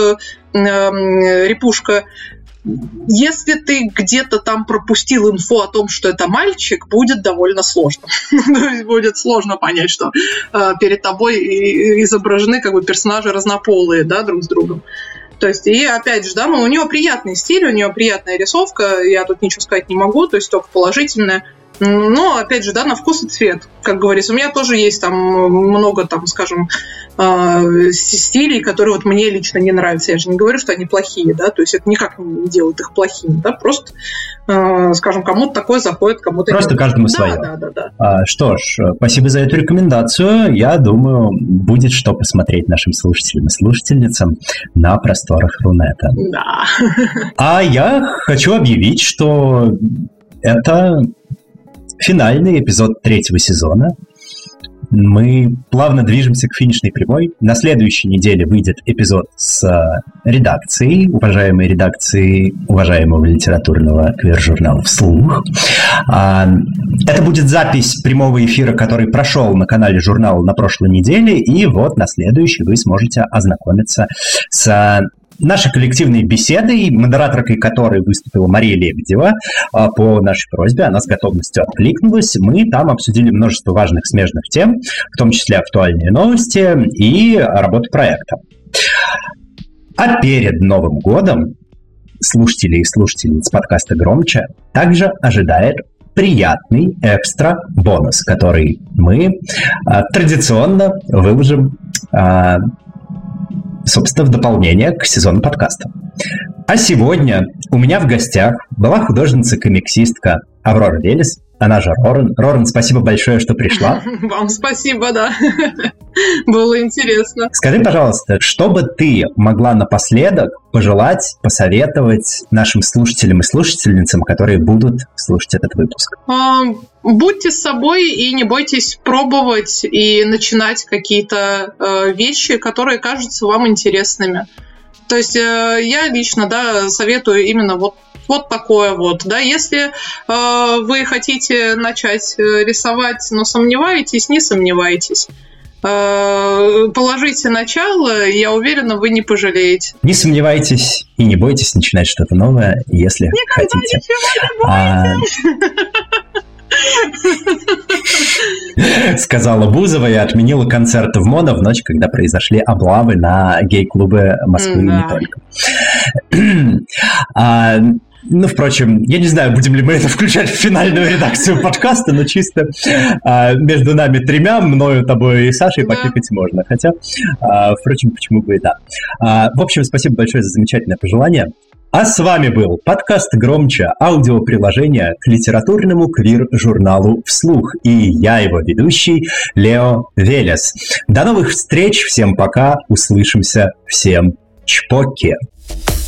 Рипушко, если ты где-то там пропустил инфу о том, что это мальчик, будет довольно сложно. То есть будет сложно понять, что перед тобой изображены как бы персонажи разнополые, да, друг с другом. То есть, и опять же, да, ну, у нее приятный стиль, у нее приятная рисовка, я тут ничего сказать не могу, то есть только положительное. Но, опять же, да, на вкус и цвет, как говорится. У меня тоже есть там много, там, скажем, стилей, которые вот мне лично не нравятся. Я же не говорю, что они плохие, да, то есть это никак не делает их плохими, да, просто, скажем, кому-то такое заходит, кому-то просто нет. Каждому да, свое. Да, да, да. А, что ж, спасибо за эту рекомендацию. Я думаю, будет что посмотреть нашим слушателям и слушательницам на просторах Рунета. Да. А я хочу объявить, что это финальный эпизод третьего сезона. Мы плавно движемся к финишной прямой. На следующей неделе выйдет эпизод с редакцией, уважаемой редакцией уважаемого литературного квир-журнала «Вслух». Это будет запись прямого эфира, который прошел на канале журнала на прошлой неделе, и вот на следующей вы сможете ознакомиться с нашей коллективной беседой, модераторкой которой выступила Мария Лебедева по нашей просьбе. Она с готовностью откликнулась. Мы там обсудили множество важных смежных тем, в том числе актуальные новости и работу проекта. А перед Новым годом слушателей и слушательниц подкаста «Громче» также ожидает приятный экстра-бонус, который мы традиционно выложим собственно, в дополнение к сезону подкаста. А сегодня у меня в гостях была художница-комиксистка Аврора Велес, она же Рорен. Рорен, спасибо большое, что пришла. Вам спасибо, да. Было интересно. Скажи, пожалуйста, что бы ты могла напоследок пожелать, посоветовать нашим слушателям и слушательницам, которые будут слушать этот выпуск? Будьте с собой и не бойтесь пробовать и начинать какие-то э, вещи, которые кажутся вам интересными. То есть э, я лично, да, советую именно вот Вот такое вот, да, если э, вы хотите начать рисовать, но сомневаетесь, не сомневайтесь. Э, положите начало, я уверена, вы не пожалеете. Не сомневайтесь и не бойтесь начинать что-то новое, если Никогда хотите. Никогда ничего не бойтесь! Сказала Бузова и отменила концерт в МОНа в ночь, когда произошли облавы на гей-клубы Москвы, да. и не только. а, ну, впрочем, я не знаю, будем ли мы это включать в финальную редакцию подкаста, но чисто а, между нами тремя, мною, тобой и Сашей, да. Покикать можно. Хотя, а, впрочем, почему бы и да. А, в общем, спасибо большое за замечательное пожелание. А с вами был подкаст «Громче», аудиоприложение к литературному квир-журналу «Вслух». И я его ведущий Лео Велес. До новых встреч, всем пока, услышимся, всем чпоки.